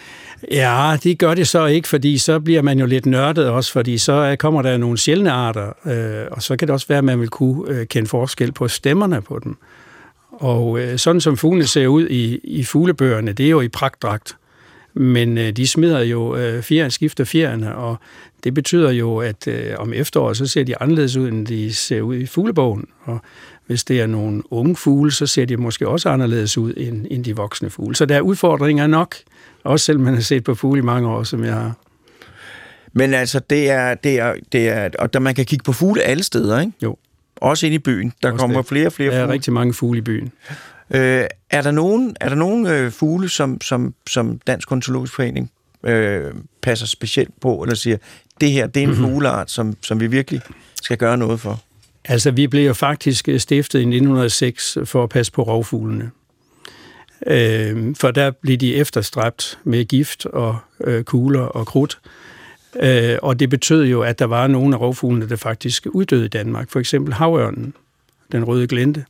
Ja, det gør det så ikke, fordi så bliver man jo lidt nørdet også, fordi så kommer der nogle sjældne arter, øh, og så kan det også være, at man vil kunne øh, kende forskel på stemmerne på dem. Og øh, sådan som fuglene ser ud i, i fuglebøgerne, det er jo i pragtdragt, men øh, de smider jo øh, fjeren, skifter fjerne, og det betyder jo, at øh, om efteråret, så ser de anderledes ud, end de ser ud i fuglebogen. Og hvis det er nogle unge fugle, så ser de måske også anderledes ud, end, end de voksne fugle. Så der er udfordringer nok, også selvom man har set på fugle i mange år, som jeg har. Men altså, det er, det er, det er og der man kan kigge på fugle alle steder, ikke? Jo. Også ind i byen. Der også kommer det. flere og flere fugle. Der er rigtig mange fugle i byen. Øh, er der nogen, er der nogen øh, fugle, som, som, som Dansk Ornitologisk Forening øh, passer specielt på, eller siger, det her, det er en mm-hmm. fugleart, som, som vi virkelig skal gøre noget for? Altså, vi blev jo faktisk stiftet i nitten hundrede og seks for at passe på rovfuglene. Øh, for der blev de efterstræbt med gift og øh, kugler og krudt. Øh, og det betød jo, at der var nogle af rovfuglene, der faktisk uddøde i Danmark. For eksempel havørnen, den røde glente.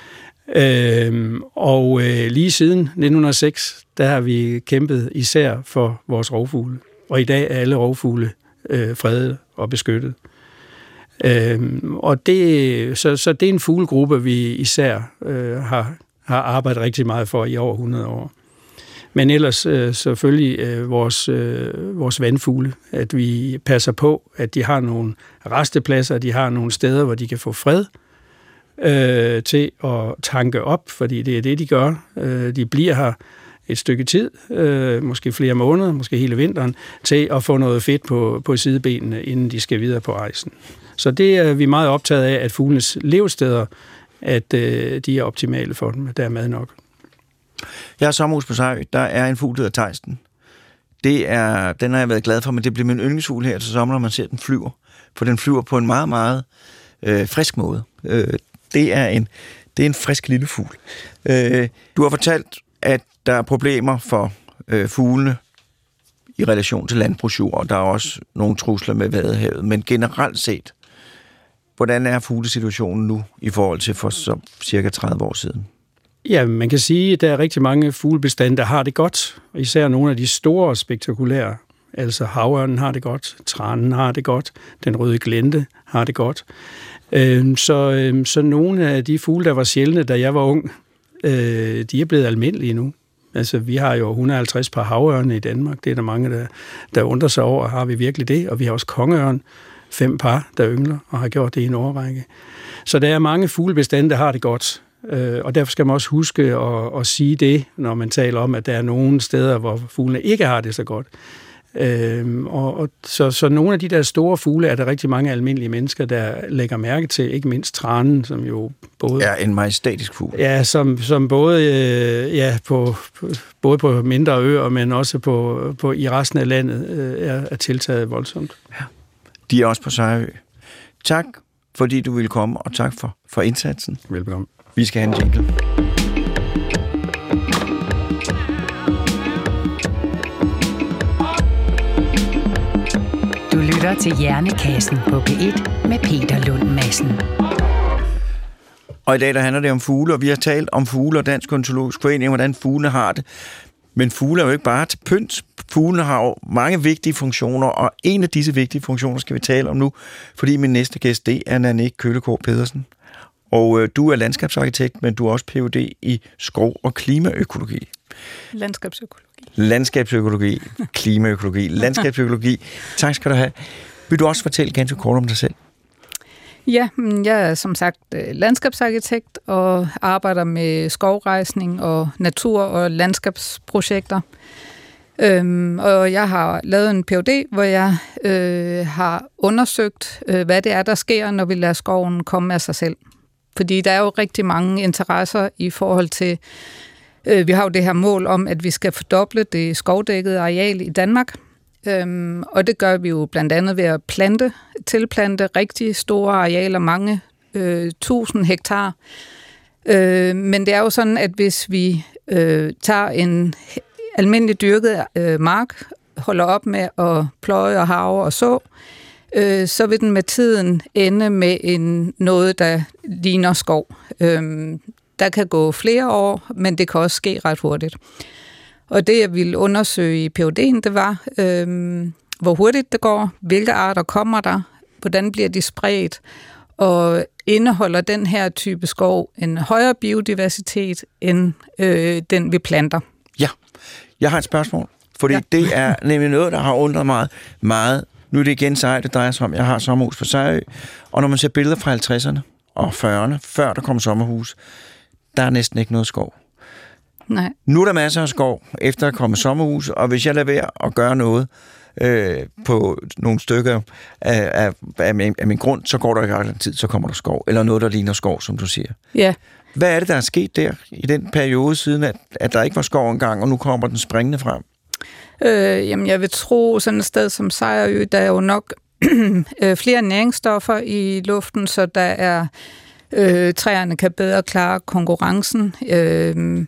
Øh, og øh, lige siden nitten hundrede og seks, der har vi kæmpet især for vores rovfugle. Og i dag er alle rovfugle øh, fredet og beskyttet. Øhm, og det, så, så det er en fuglegruppe, vi især øh, har, har arbejdet rigtig meget for i over hundrede år. Men ellers øh, selvfølgelig øh, vores, øh, vores vandfugle, at vi passer på, at de har nogle rastepladser, de har nogle steder, hvor de kan få fred øh, til at tanke op, fordi det er det, de gør. Øh, de bliver her et stykke tid, øh, måske flere måneder, måske hele vinteren, til at få noget fedt på, på sidebenene, inden de skal videre på rejsen. Så det er vi meget optaget af, at fuglenes levesteder, at øh, de er optimale for dem, der er mad nok. Jeg har sommerhus på Sejø. Der er en fugl, der hedder Tejsten. Det er, den har jeg været glad for, men det bliver min yndlingsfugl her til sommer, når man ser den flyver. For den flyver på en meget, meget øh, frisk måde. Øh, det, er en, det er en frisk lille fugl. Øh, du har fortalt, at der er problemer for øh, fuglene i relation til landbrugsjord, og der er også nogle trusler med Vadehavet. Men generelt set, hvordan er fuglesituationen nu i forhold til for så cirka tredive år siden? Ja, man kan sige, at der er rigtig mange fuglebestande, der har det godt. Især nogle af de store og spektakulære. Altså havørnen har det godt, tranen har det godt, den røde glente har det godt. Så, så nogle af de fugle, der var sjældne, da jeg var ung, de er blevet almindelige nu. Altså, vi har jo et hundrede og halvtreds par havørne i Danmark. Det er der mange, der, der undrer sig over, har vi virkelig det? Og vi har også kongeørn, fem par, der yngler og har gjort det i en årrække. Så der er mange fuglebestande, der har det godt. Og derfor skal man også huske at, at sige det, når man taler om, at der er nogle steder, hvor fuglene ikke har det så godt. Øhm, og, og, så, så nogle af de der store fugle er der rigtig mange almindelige mennesker, der lægger mærke til, ikke mindst tranen, som jo både... er en majestætisk fugl. Ja, som, som både, øh, ja, på, på, både på mindre øer, men også på, på, i resten af landet øh, er, er tiltaget voldsomt. Ja. De er også på Sejø. Tak, fordi du ville komme, og tak for, for indsatsen. Velbekomme. Vi skal have en jingle. Du lytter til Hjernekassen på P et med Peter Lund Madsen. Og i dag der handler det om fugle, og vi har talt om fugle og Dansk Ornitologisk Forening, hvordan fuglene har det. Men fugle er jo ikke bare til pynt. Fuglene har jo mange vigtige funktioner, og en af disse vigtige funktioner skal vi tale om nu, fordi min næste gæst, det er Nanne Køllegaard Pedersen. Og øh, du er landskabsarkitekt, men du er også P H D i skov- og klimaøkologi. Landskabsøkologi. Landskabsøkologi, klimaøkologi, landskabsøkologi. Tak skal du have. Vil du også fortælle ganske kort om dig selv? Ja, jeg er som sagt landskabsarkitekt og arbejder med skovrejsning og natur- og landskabsprojekter. Øhm, og jeg har lavet en P H D, hvor jeg øh, har undersøgt, øh, hvad det er, der sker, når vi lader skoven komme af sig selv. Fordi der er jo rigtig mange interesser i forhold til, øh, vi har jo det her mål om, at vi skal fordoble det skovdækkede areal i Danmark. Øhm, og det gør vi jo blandt andet ved at plante, tilplante rigtig store arealer, mange øh, tusind hektar. Øh, men det er jo sådan, at hvis vi øh, tager en almindelig dyrket øh, mark, holder op med at pløje og harve og så, øh, så vil den med tiden ende med en, noget, der ligner skov. Øh, der kan gå flere år, men det kan også ske ret hurtigt. Og det, jeg ville undersøge i P H D'en, det var, øh, hvor hurtigt det går, hvilke arter kommer der, hvordan bliver de spredt, og indeholder den her type skov en højere biodiversitet end øh, den, vi planter. Ja, jeg har et spørgsmål, fordi ja. Det er nemlig noget, der har undret mig meget. Nu er det igen Sejø, det drejer sig om. Jeg har sommerhus på Sejø, og når man ser billeder fra halvtredserne og fyrrerne, før der kom sommerhus, der er næsten ikke noget skov. Nej. Nu er der masser af skov, efter at komme sommerhus, og hvis jeg lader være at gøre noget øh, på nogle stykker af, af, af, min, af min grund, så går der ikke ret lang tid, så kommer der skov, eller noget, der ligner skov, som du siger. Ja. Hvad er det, der er sket der i den periode siden, at, at der ikke var skov engang, og nu kommer den springende frem? Øh, jamen, jeg vil tro, sådan et sted som Sejrø, der er jo nok flere næringsstoffer i luften, så der er øh, træerne kan bedre klare konkurrencen. Øh,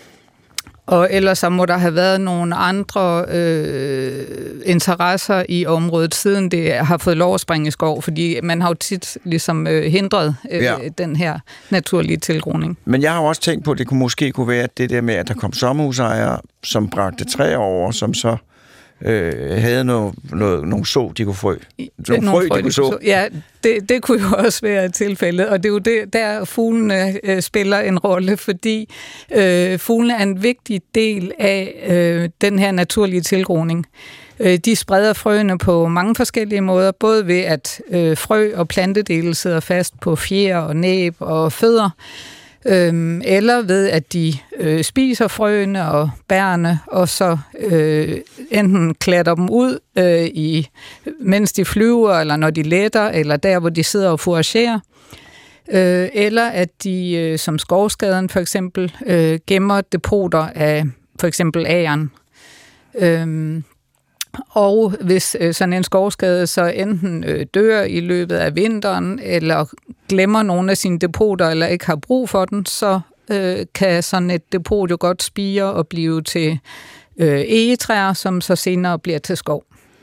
og ellers så må der have været nogle andre øh, interesser i området, siden det har fået lov at springe i skov, fordi man har jo tit ligesom øh, hindret øh, ja. den her naturlige tilgroning. Men jeg har også tænkt på, at det kunne måske kunne være det der med, at der kom sommerhusejere, som bragte træer over, som så øh, havde noget, noget, nogle så, de kunne frø. Nogle, nogle frø, frø, de kunne så. Ja, det, det kunne jo også være tilfældet, og det er jo det, der fuglene øh, spiller en rolle, fordi øh, fuglene er en vigtig del af øh, den her naturlige tilgroning. Øh, de spreder frøene på mange forskellige måder, både ved at øh, frø og plantedele sidder fast på fjer og næb og fødder, Øhm, eller ved, at de øh, spiser frøene og bærene, og så øh, enten klatter dem ud, øh, i, mens de flyver, eller når de letter, eller der, hvor de sidder og fouragerer. Øh, eller at de, øh, som skovskaden for eksempel, øh, gemmer depoter af for eksempel agern. Øhm, Og hvis øh, sådan en skovskade så enten øh, dør i løbet af vinteren, eller glemmer nogle af sine depoter, eller ikke har brug for den, så øh, kan sådan et depot jo godt spire og blive til øh, egetræer, som så senere bliver til skov.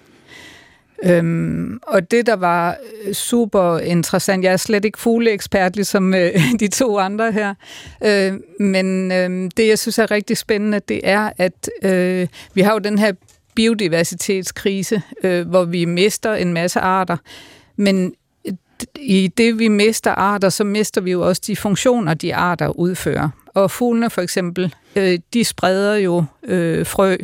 Øhm, og det, der var super interessant, jeg er slet ikke fugleekspert, ligesom øh, de to andre her, øh, men øh, det, jeg synes er rigtig spændende, det er, at øh, vi har jo den her biodiversitetskrise, øh, hvor vi mister en masse arter, men i det, vi mister arter, så mister vi jo også de funktioner, de arter udfører. Og fuglene for eksempel, øh, de spreder jo øh, frø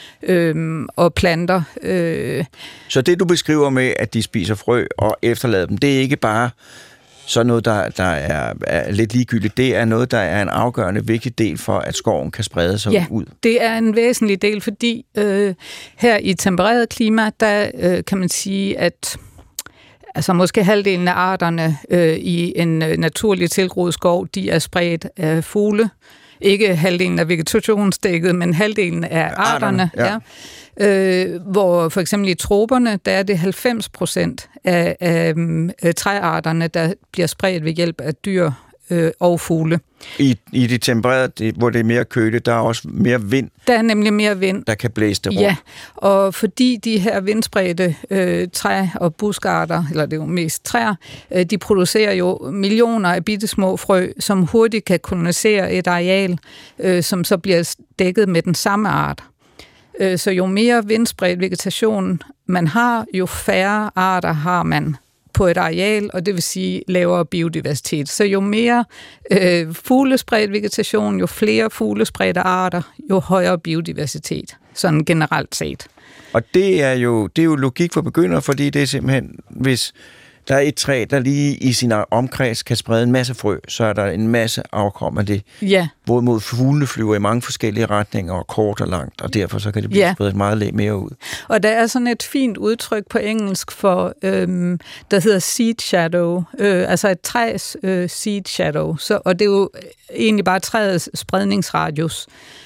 øh, og planter. Øh. Så det, du beskriver med, at de spiser frø og efterlader dem, det er ikke bare så noget, der, der er, er lidt ligegyldigt. Det er noget, der er en afgørende vigtig del for, at skoven kan sprede sig ja, ud. Det er en væsentlig del, fordi øh, her i tempereret klima, der øh, kan man sige, at altså måske halvdelen af arterne øh, i en øh, naturlig tilgroet skov, de er spredt af fugle. Ikke halvdelen af vegetationsdækket, men halvdelen af arterne. arterne ja. Ja. Øh, hvor for eksempel i troperne, der er det halvfems procent af, af, af træarterne, der bliver spredt ved hjælp af dyr øh, og fugle. I, i det tempererede, hvor det er mere køligt, der er også mere vind. Der er nemlig mere vind. Der kan blæse det rundt. Ja, og fordi de her vindspredte øh, træ- og buskarter, eller det er jo mest træer, øh, de producerer jo millioner af bittesmå frø, som hurtigt kan kolonisere et areal, øh, som så bliver dækket med den samme art. Øh, så jo mere vindspredt vegetation man har, jo færre arter har man på et areal, og det vil sige lavere biodiversitet. Så jo mere øh, fuglespredt vegetation, jo flere fuglespredte arter, jo højere biodiversitet, sådan generelt set. Og det er jo, det er jo logik for begyndere, fordi det er simpelthen, hvis der er et træ, der lige i sin omkreds kan sprede en masse frø, så er der en masse afkom af det. Ja. Hvorimod fuglene flyver i mange forskellige retninger, og kort og langt, og derfor så kan det blive ja. spredt meget mere ud. Og der er sådan et fint udtryk på engelsk for, øhm, der hedder seed shadow, øh, altså et træs øh, seed shadow, så, og det er jo egentlig bare træets spredningsradius.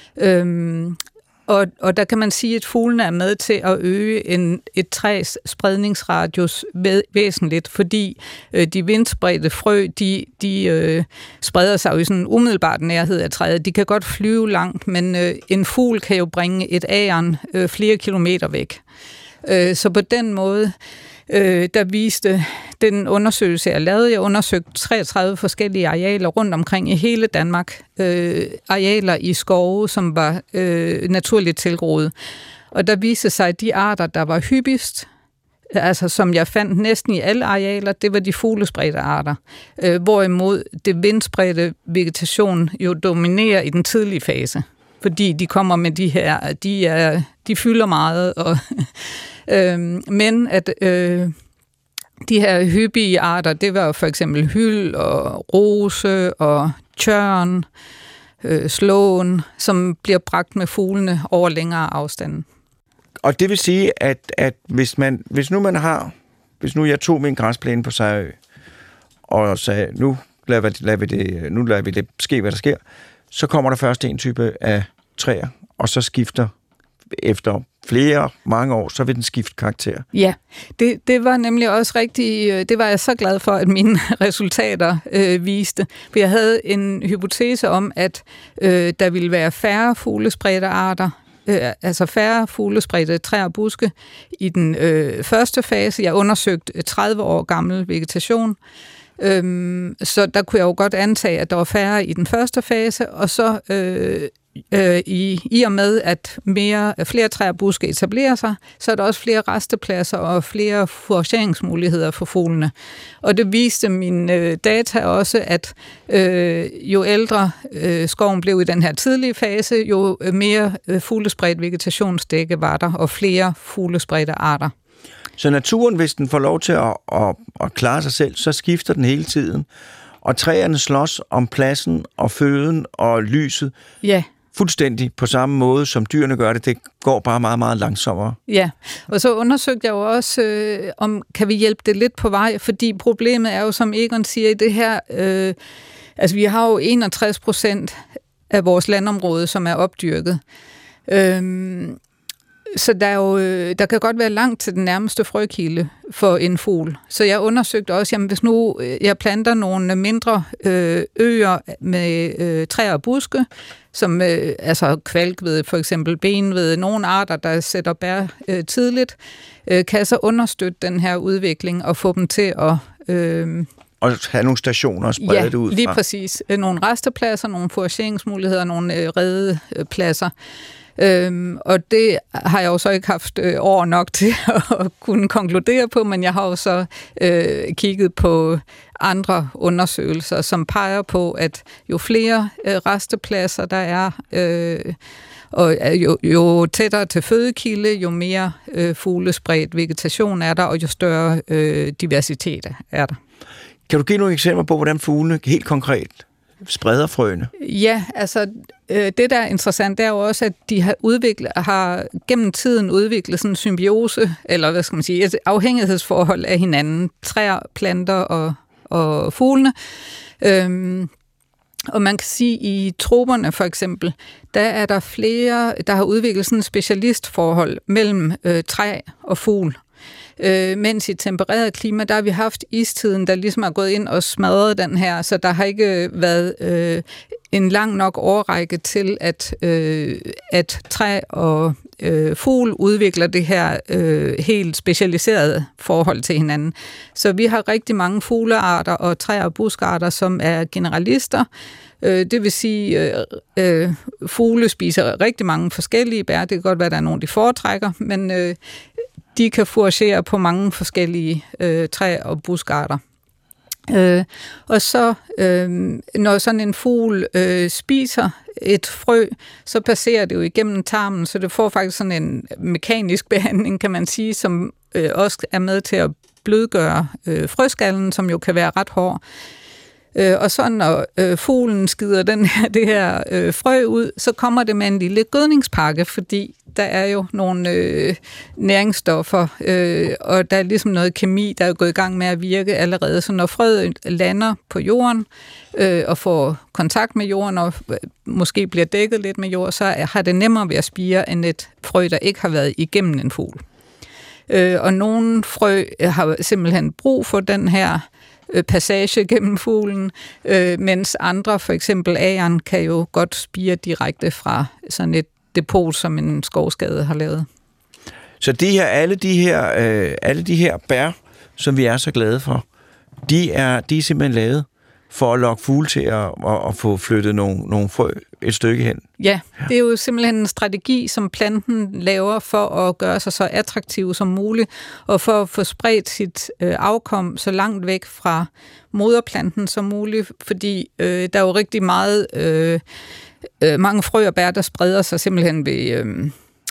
Øhm, Og, og der kan man sige, at fuglene er med til at øge en, et træs spredningsradius væsentligt, fordi øh, de vindspredte frø, de, de øh, spreder sig jo i sådan umiddelbart nærhed af træet. De kan godt flyve langt, men øh, en fugl kan jo bringe et agern øh, flere kilometer væk. Øh, så på den måde, øh, der viste den undersøgelse, jeg lavede, jeg undersøgte treogtredive forskellige arealer rundt omkring i hele Danmark. Øh, arealer i skove, som var øh, naturligt tilgroet. Og der viste sig, at de arter, der var hyppigst, altså som jeg fandt næsten i alle arealer, det var de fuglespredte arter. Øh, hvorimod det vindspredte vegetation jo dominerer i den tidlige fase. Fordi de kommer med de her, de, er, de fylder meget. Og øh, men at øh, de her hyppige arter, det var for eksempel hyld og rose og tjørn, øh, slåen, som bliver bragt med fuglene over længere afstande. Og det vil sige, at, at hvis, man, hvis nu man har, hvis nu jeg tog min græsplæne på Sejrø, og sagde, nu lader vi, lader vi det, nu lader vi det ske, hvad der sker, så kommer der først en type af træer, og så skifter efter flere, mange år, så vil den skifte karakter. Ja, det, det var nemlig også rigtig, det var jeg så glad for, at mine resultater øh, viste. For jeg havde en hypotese om, at øh, der ville være færre fuglespredte arter, øh, altså færre fuglespredte træer og buske i den øh, første fase. Jeg undersøgte tredive år gammel vegetation, Øhm, så der kunne jeg jo godt antage, at der var færre i den første fase, og så øh, øh, i, i og med, at mere, flere træer og buske etablerer sig, så er der også flere rastepladser og flere forageringsmuligheder for fuglene. Og det viste mine øh, data også, at øh, jo ældre øh, skoven blev i den her tidlige fase, jo mere øh, fuglespredt vegetationsdække var der, og flere fuglespredte arter. Så naturen, hvis den får lov til at, at, at klare sig selv, så skifter den hele tiden. Og træerne slås om pladsen og føden og lyset. Ja. Fuldstændig på samme måde, som dyrene gør det. Det går bare meget, meget langsommere. Ja, og så undersøgte jeg jo også, øh, om kan vi hjælpe det lidt på vej, fordi problemet er jo, som Egon siger, i det her, øh, altså vi har jo enogtres procent af vores landområde, som er opdyrket. Øhm, Så der, er jo, der kan godt være langt til den nærmeste frøkilde for en fugl. Så jeg undersøgte også, jamen hvis nu jeg planter nogle mindre øer med øh, træer og buske, som øh, altså kvalkved, for eksempel benved, nogle arter, der sætter bær øh, tidligt, øh, kan jeg så understøtte den her udvikling og få dem til at... Øh, og have nogle stationer og sprede ja, det ud fra. lige præcis. Nogle rastepladser, nogle forageringsmuligheder, nogle øh, redepladser. Øhm, og det har jeg jo så ikke haft øh, år nok til at kunne konkludere på, men jeg har jo så øh, kigget på andre undersøgelser, som peger på, at jo flere øh, rastepladser der er, øh, og jo, jo tættere til fødekilde, jo mere øh, fuglespredt vegetation er der, og jo større øh, diversitet er der. Kan du give nogle eksempler på, hvordan fuglene helt konkret spreder frøene? Ja, altså øh, det, der er interessant, det er jo også, at de har, udviklet, har gennem tiden udviklet sådan en symbiose, eller hvad skal man sige, et afhængighedsforhold af hinanden, træer, planter og, og fuglene. Øhm, og man kan sige, at i troperne for eksempel, der er der flere, der har udviklet sådan et specialistforhold mellem øh, træ og fugl. Øh, mens i tempereret klima, der har vi haft istiden, der ligesom er gået ind og smadret den her, så der har ikke været øh, en lang nok årrække til, at, øh, at træ og øh, fugl udvikler det her øh, helt specialiserede forhold til hinanden. Så vi har rigtig mange fuglearter og træ- og buskarter, som er generalister. Øh, det vil sige, øh, øh, fugle spiser rigtig mange forskellige bær. Det kan godt være, at der er nogle, de foretrækker, men øh, de kan foragere på mange forskellige øh, træ- og buskarter. Øh, og så, øh, når sådan en fugl øh, spiser et frø, så passerer det jo igennem tarmen, så det får faktisk sådan en mekanisk behandling, kan man sige, som øh, også er med til at blødgøre øh, frøskallen, som jo kan være ret hård. Øh, og så når øh, fuglen skider den her, det her øh, frø ud, så kommer det med en lille gødningspakke, fordi der er jo nogle øh, næringsstoffer, øh, og der er ligesom noget kemi, der er gået i gang med at virke allerede. Så når frøet lander på jorden øh, og får kontakt med jorden og øh, måske bliver dækket lidt med jord, så har det nemmere ved at spire end et frø, der ikke har været igennem en fugl. Øh, og nogle frø har simpelthen brug for den her passage gennem fuglen, øh, mens andre, for eksempel ageren, kan jo godt spire direkte fra sådan et depot, som en skovskade har lavet. Så de her, alle de her, øh, alle de her bær, som vi er så glade for, de er, de er simpelthen lavet for at lokke fugle til at, at, at få flyttet nogle, nogle frø et stykke hen. Ja, det er jo simpelthen en strategi, som planten laver for at gøre sig så attraktiv som muligt, og for at få spredt sit øh, afkom så langt væk fra moderplanten som muligt, fordi øh, der er jo rigtig meget, øh, øh, mange frø og bær, der spreder sig simpelthen ved øh,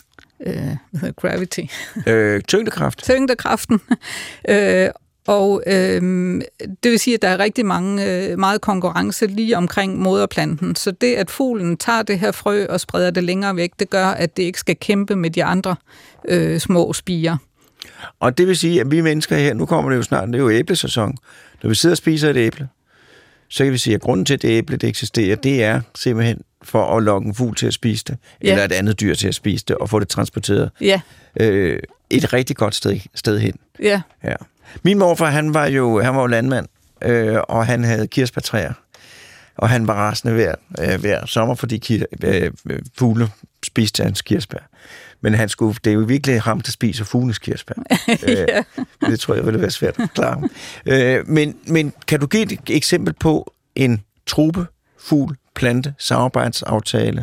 øh, gravity. Øh, tyngdekraft. Tyngdekraften. øh, Og øh, det vil sige, at der er rigtig mange, øh, meget konkurrence lige omkring moderplanten. Så det, at fuglen tager det her frø og spreder det længere væk, det gør, at det ikke skal kæmpe med de andre øh, små spirer. Og det vil sige, at vi mennesker her, nu kommer det jo snart, det er jo æblesæson. Når vi sidder og spiser et æble, så kan vi sige, at grunden til, at det æble det eksisterer, det er simpelthen for at lokke en fugl til at spise det, ja. Eller et andet dyr til at spise det, og få det transporteret ja. øh, et rigtig godt sted, sted hen. Ja. Ja. Min morfar, han var jo, han var jo landmand, øh, og han havde kirsebærtræer, og han var rasende hver, øh, hver sommer, fordi kir- øh, fugle spiste hans kirsebær. Men han skulle, det er jo virkelig ham, der spiser fuglenes kirsebær. ja. øh, det tror jeg ville være svært at klare. øh, men, men kan du give et eksempel på en trope, fugl, plante, samarbejdsaftale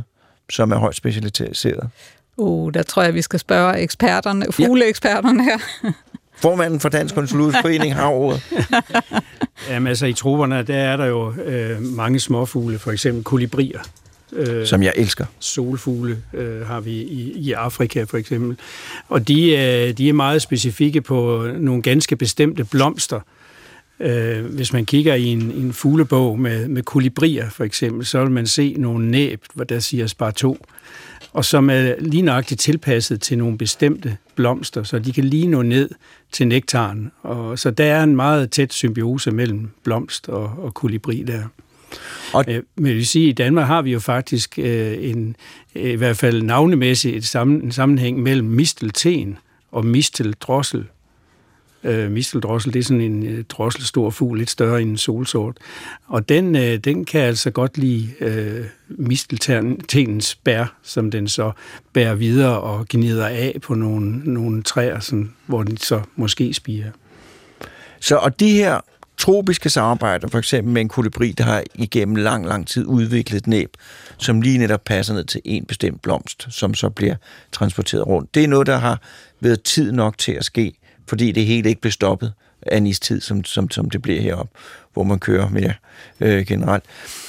som er højt specialiseret? Uh, der tror jeg, vi skal spørge eksperterne, fugleeksperterne her. Formanden for Dansk Ornitologisk Forening har ordet. Jamen altså, i troperne, der er der jo øh, mange småfugle, for eksempel kolibrier. Øh, som jeg elsker. Solfugle øh, har vi i, i Afrika, for eksempel. Og de, øh, de er meget specifikke på nogle ganske bestemte blomster. Øh, hvis man kigger i en, en fuglebog med, med kolibrier, for eksempel, så vil man se nogle næb, hvor der siger sparto, og som er lige nøjagtigt tilpasset til nogle bestemte blomster, så de kan lige nå ned til nektaren. Og, så der er en meget tæt symbiose mellem blomst og, og kolibri der. Og men jeg vil sige, at i Danmark har vi jo faktisk øh, en, i hvert fald navnemæssigt et sammen, en sammenhæng mellem mistelten og misteldrossel. Øh, misteldrossel, det er sådan en øh, drosselstor fugl, lidt større end en solsort. Og den, øh, den kan altså godt lide øh, misteltenens bær, som den så bærer videre og gnider af på nogle, nogle træer, sådan, hvor den så måske spirer. Så og de her tropiske samarbejder, for eksempel med en kolibri, der har igennem lang, lang tid udviklet et næb, som lige netop passer ned til en bestemt blomst, som så bliver transporteret rundt. Det er noget, der har været tid nok til at ske, fordi det hele ikke blev stoppet af en istid, som, som, som det bliver heroppe, hvor man kører mere øh, generelt.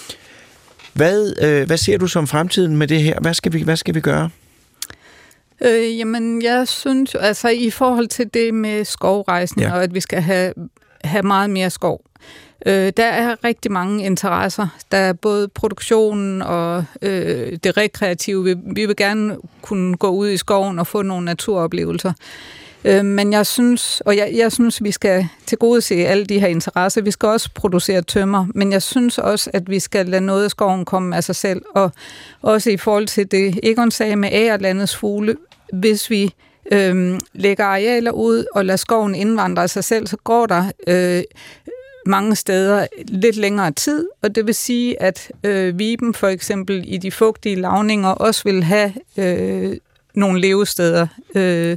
Hvad, øh, hvad ser du som fremtiden med det her? Hvad skal vi, hvad skal vi gøre? Øh, jamen, jeg synes, altså i forhold til det med skovrejsning, ja. Og at vi skal have, have meget mere skov, øh, der er rigtig mange interesser. Der er både produktionen og øh, det rekreative. Vi, vi vil gerne kunne gå ud i skoven og få nogle naturoplevelser. Men jeg synes, og jeg, jeg synes, vi skal tilgodese alle de her interesser. Vi skal også producere tømmer, men jeg synes også, at vi skal lade noget af skoven komme af sig selv. Og også i forhold til det, Egon sagde med agerlandets fugle, hvis vi øhm, lægger arealer ud og lader skoven indvandre af sig selv, så går der øh, mange steder lidt længere tid, og det vil sige, at øh, viben for eksempel i de fugtige lavninger også vil have øh, nogle levesteder øh,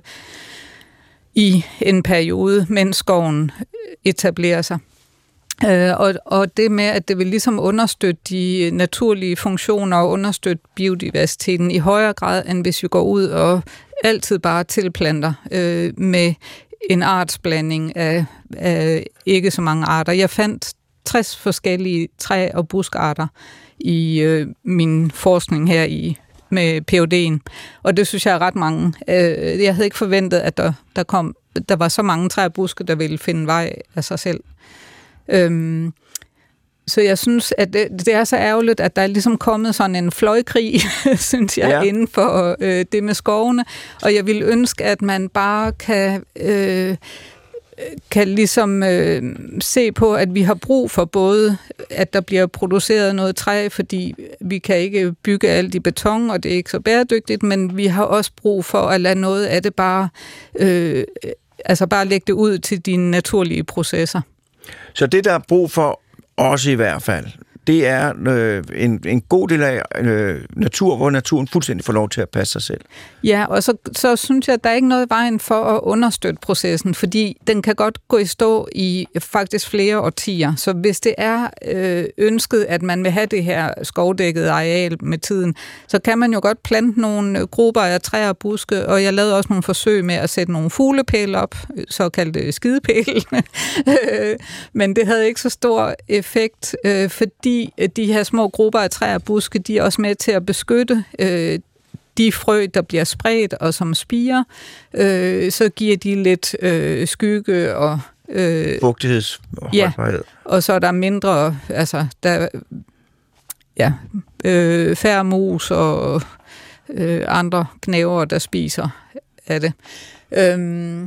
i en periode, mens skoven etablerer sig. Øh, og, og det med, at det vil ligesom understøtte de naturlige funktioner og understøtte biodiversiteten i højere grad, end hvis vi går ud og altid bare tilplanter øh, med en artsblanding af, af ikke så mange arter. Jeg fandt tres forskellige træ- og buskarter i øh, min forskning her i med P H D'en, og det synes jeg er ret mange. Jeg havde ikke forventet, at der, der, kom, der var så mange træer og buske, der ville finde vej af sig selv. Øhm, så jeg synes, at det, det er så ærgerligt, at der er ligesom kommet sådan en fløjkrig, synes jeg, ja. Inden for øh, det med skovene, og jeg ville ønske, at man bare kan... Øh, kan ligesom øh, se på, at vi har brug for både, at der bliver produceret noget træ, fordi vi kan ikke bygge alt i beton, og det er ikke så bæredygtigt, men vi har også brug for at lade noget af det bare, øh, altså bare lægge det ud til de naturlige processer. Så det, der er brug for, også i hvert fald, det er øh, en, en god del af øh, natur, hvor naturen fuldstændig får lov til at passe sig selv. Ja, og så, så synes jeg, at der er ikke noget i vejen for at understøtte processen, fordi den kan godt gå i stå i faktisk flere årtier. Så hvis det er øh, ønsket, at man vil have det her skovdækkede areal med tiden, så kan man jo godt plante nogle grupper af træer og buske, og jeg lavede også nogle forsøg med at sætte nogle fuglepæle op, såkaldte skidepæle. Men det havde ikke så stor effekt, øh, fordi de her små grupper af træer og buske, de er også med til at beskytte øh, de frø, der bliver spredt og som spirer. Øh, så giver de lidt øh, skygge og... Øh, Fugtigheds. Ja, og så er der mindre... Altså, der ja, øh, færre mus og øh, andre knæver, der spiser af det. Øh,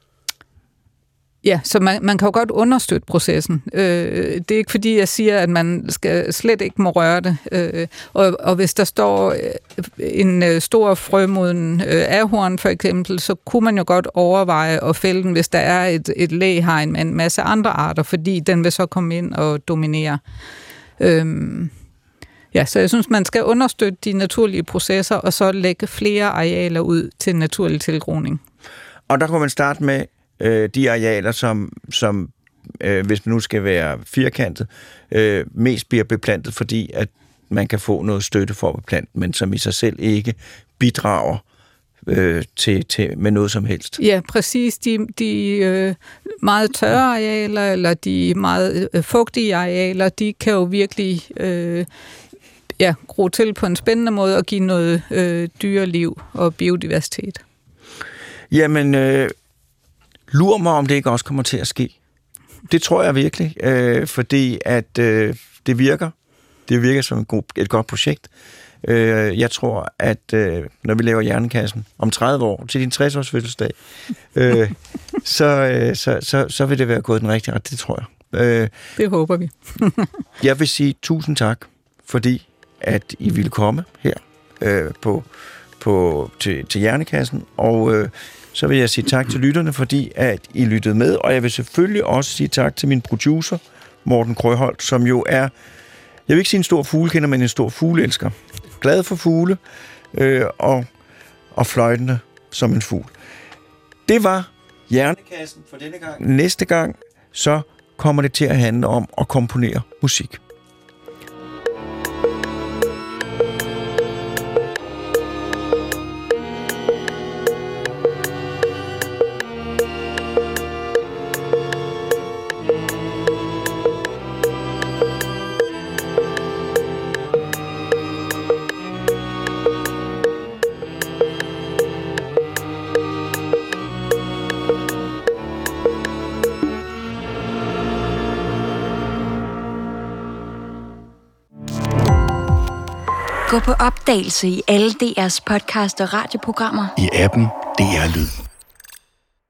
Ja, så man, man kan jo godt understøtte processen. Øh, det er ikke fordi, jeg siger, at man skal slet ikke må røre det. Øh, og, og hvis der står en øh, stor frømoden øh, ahorn for eksempel, så kunne man jo godt overveje at fælde den, hvis der er et, et læhegn med en masse andre arter, fordi den vil så komme ind og dominere. Øh, ja, så jeg synes, man skal understøtte de naturlige processer, og så lægge flere arealer ud til naturlig tilgroning. Og der kunne man starte med de arealer, som, som øh, hvis man nu skal være firkantet, øh, mest bliver beplantet, fordi at man kan få noget støtte for at plante, men som i sig selv ikke bidrager øh, til, til, med noget som helst. Ja, præcis. De, de øh, meget tørre arealer, eller de meget øh, fugtige arealer, de kan jo virkelig øh, ja, gro til på en spændende måde og give noget øh, dyreliv og biodiversitet. Jamen, øh, lur mig, om det ikke også kommer til at ske. Det tror jeg virkelig, øh, fordi at øh, det virker. Det virker som et, god, et godt projekt. Øh, jeg tror, at øh, når vi laver Hjernekassen om tredive år, til din tres-års fødselsdag, øh, så, øh, så, så, så vil det være gået den rigtige ret, det tror jeg. Øh, det håber vi. Jeg vil sige tusind tak, fordi at I ville komme her øh, på, på, til, til Hjernekassen, og øh, så vil jeg sige tak til lytterne, fordi at I lyttede med, og jeg vil selvfølgelig også sige tak til min producer, Morten Krøholt, som jo er, jeg vil ikke sige en stor fuglekender, men en stor fugleelsker. Glad for fugle øh, og, og fløjtende som en fugl. Det var Hjernekassen for denne gang. Næste gang, så kommer det til at handle om at komponere musik. Gå på opdagelse i alle D R's podcast og radioprogrammer. I appen D R Lyd.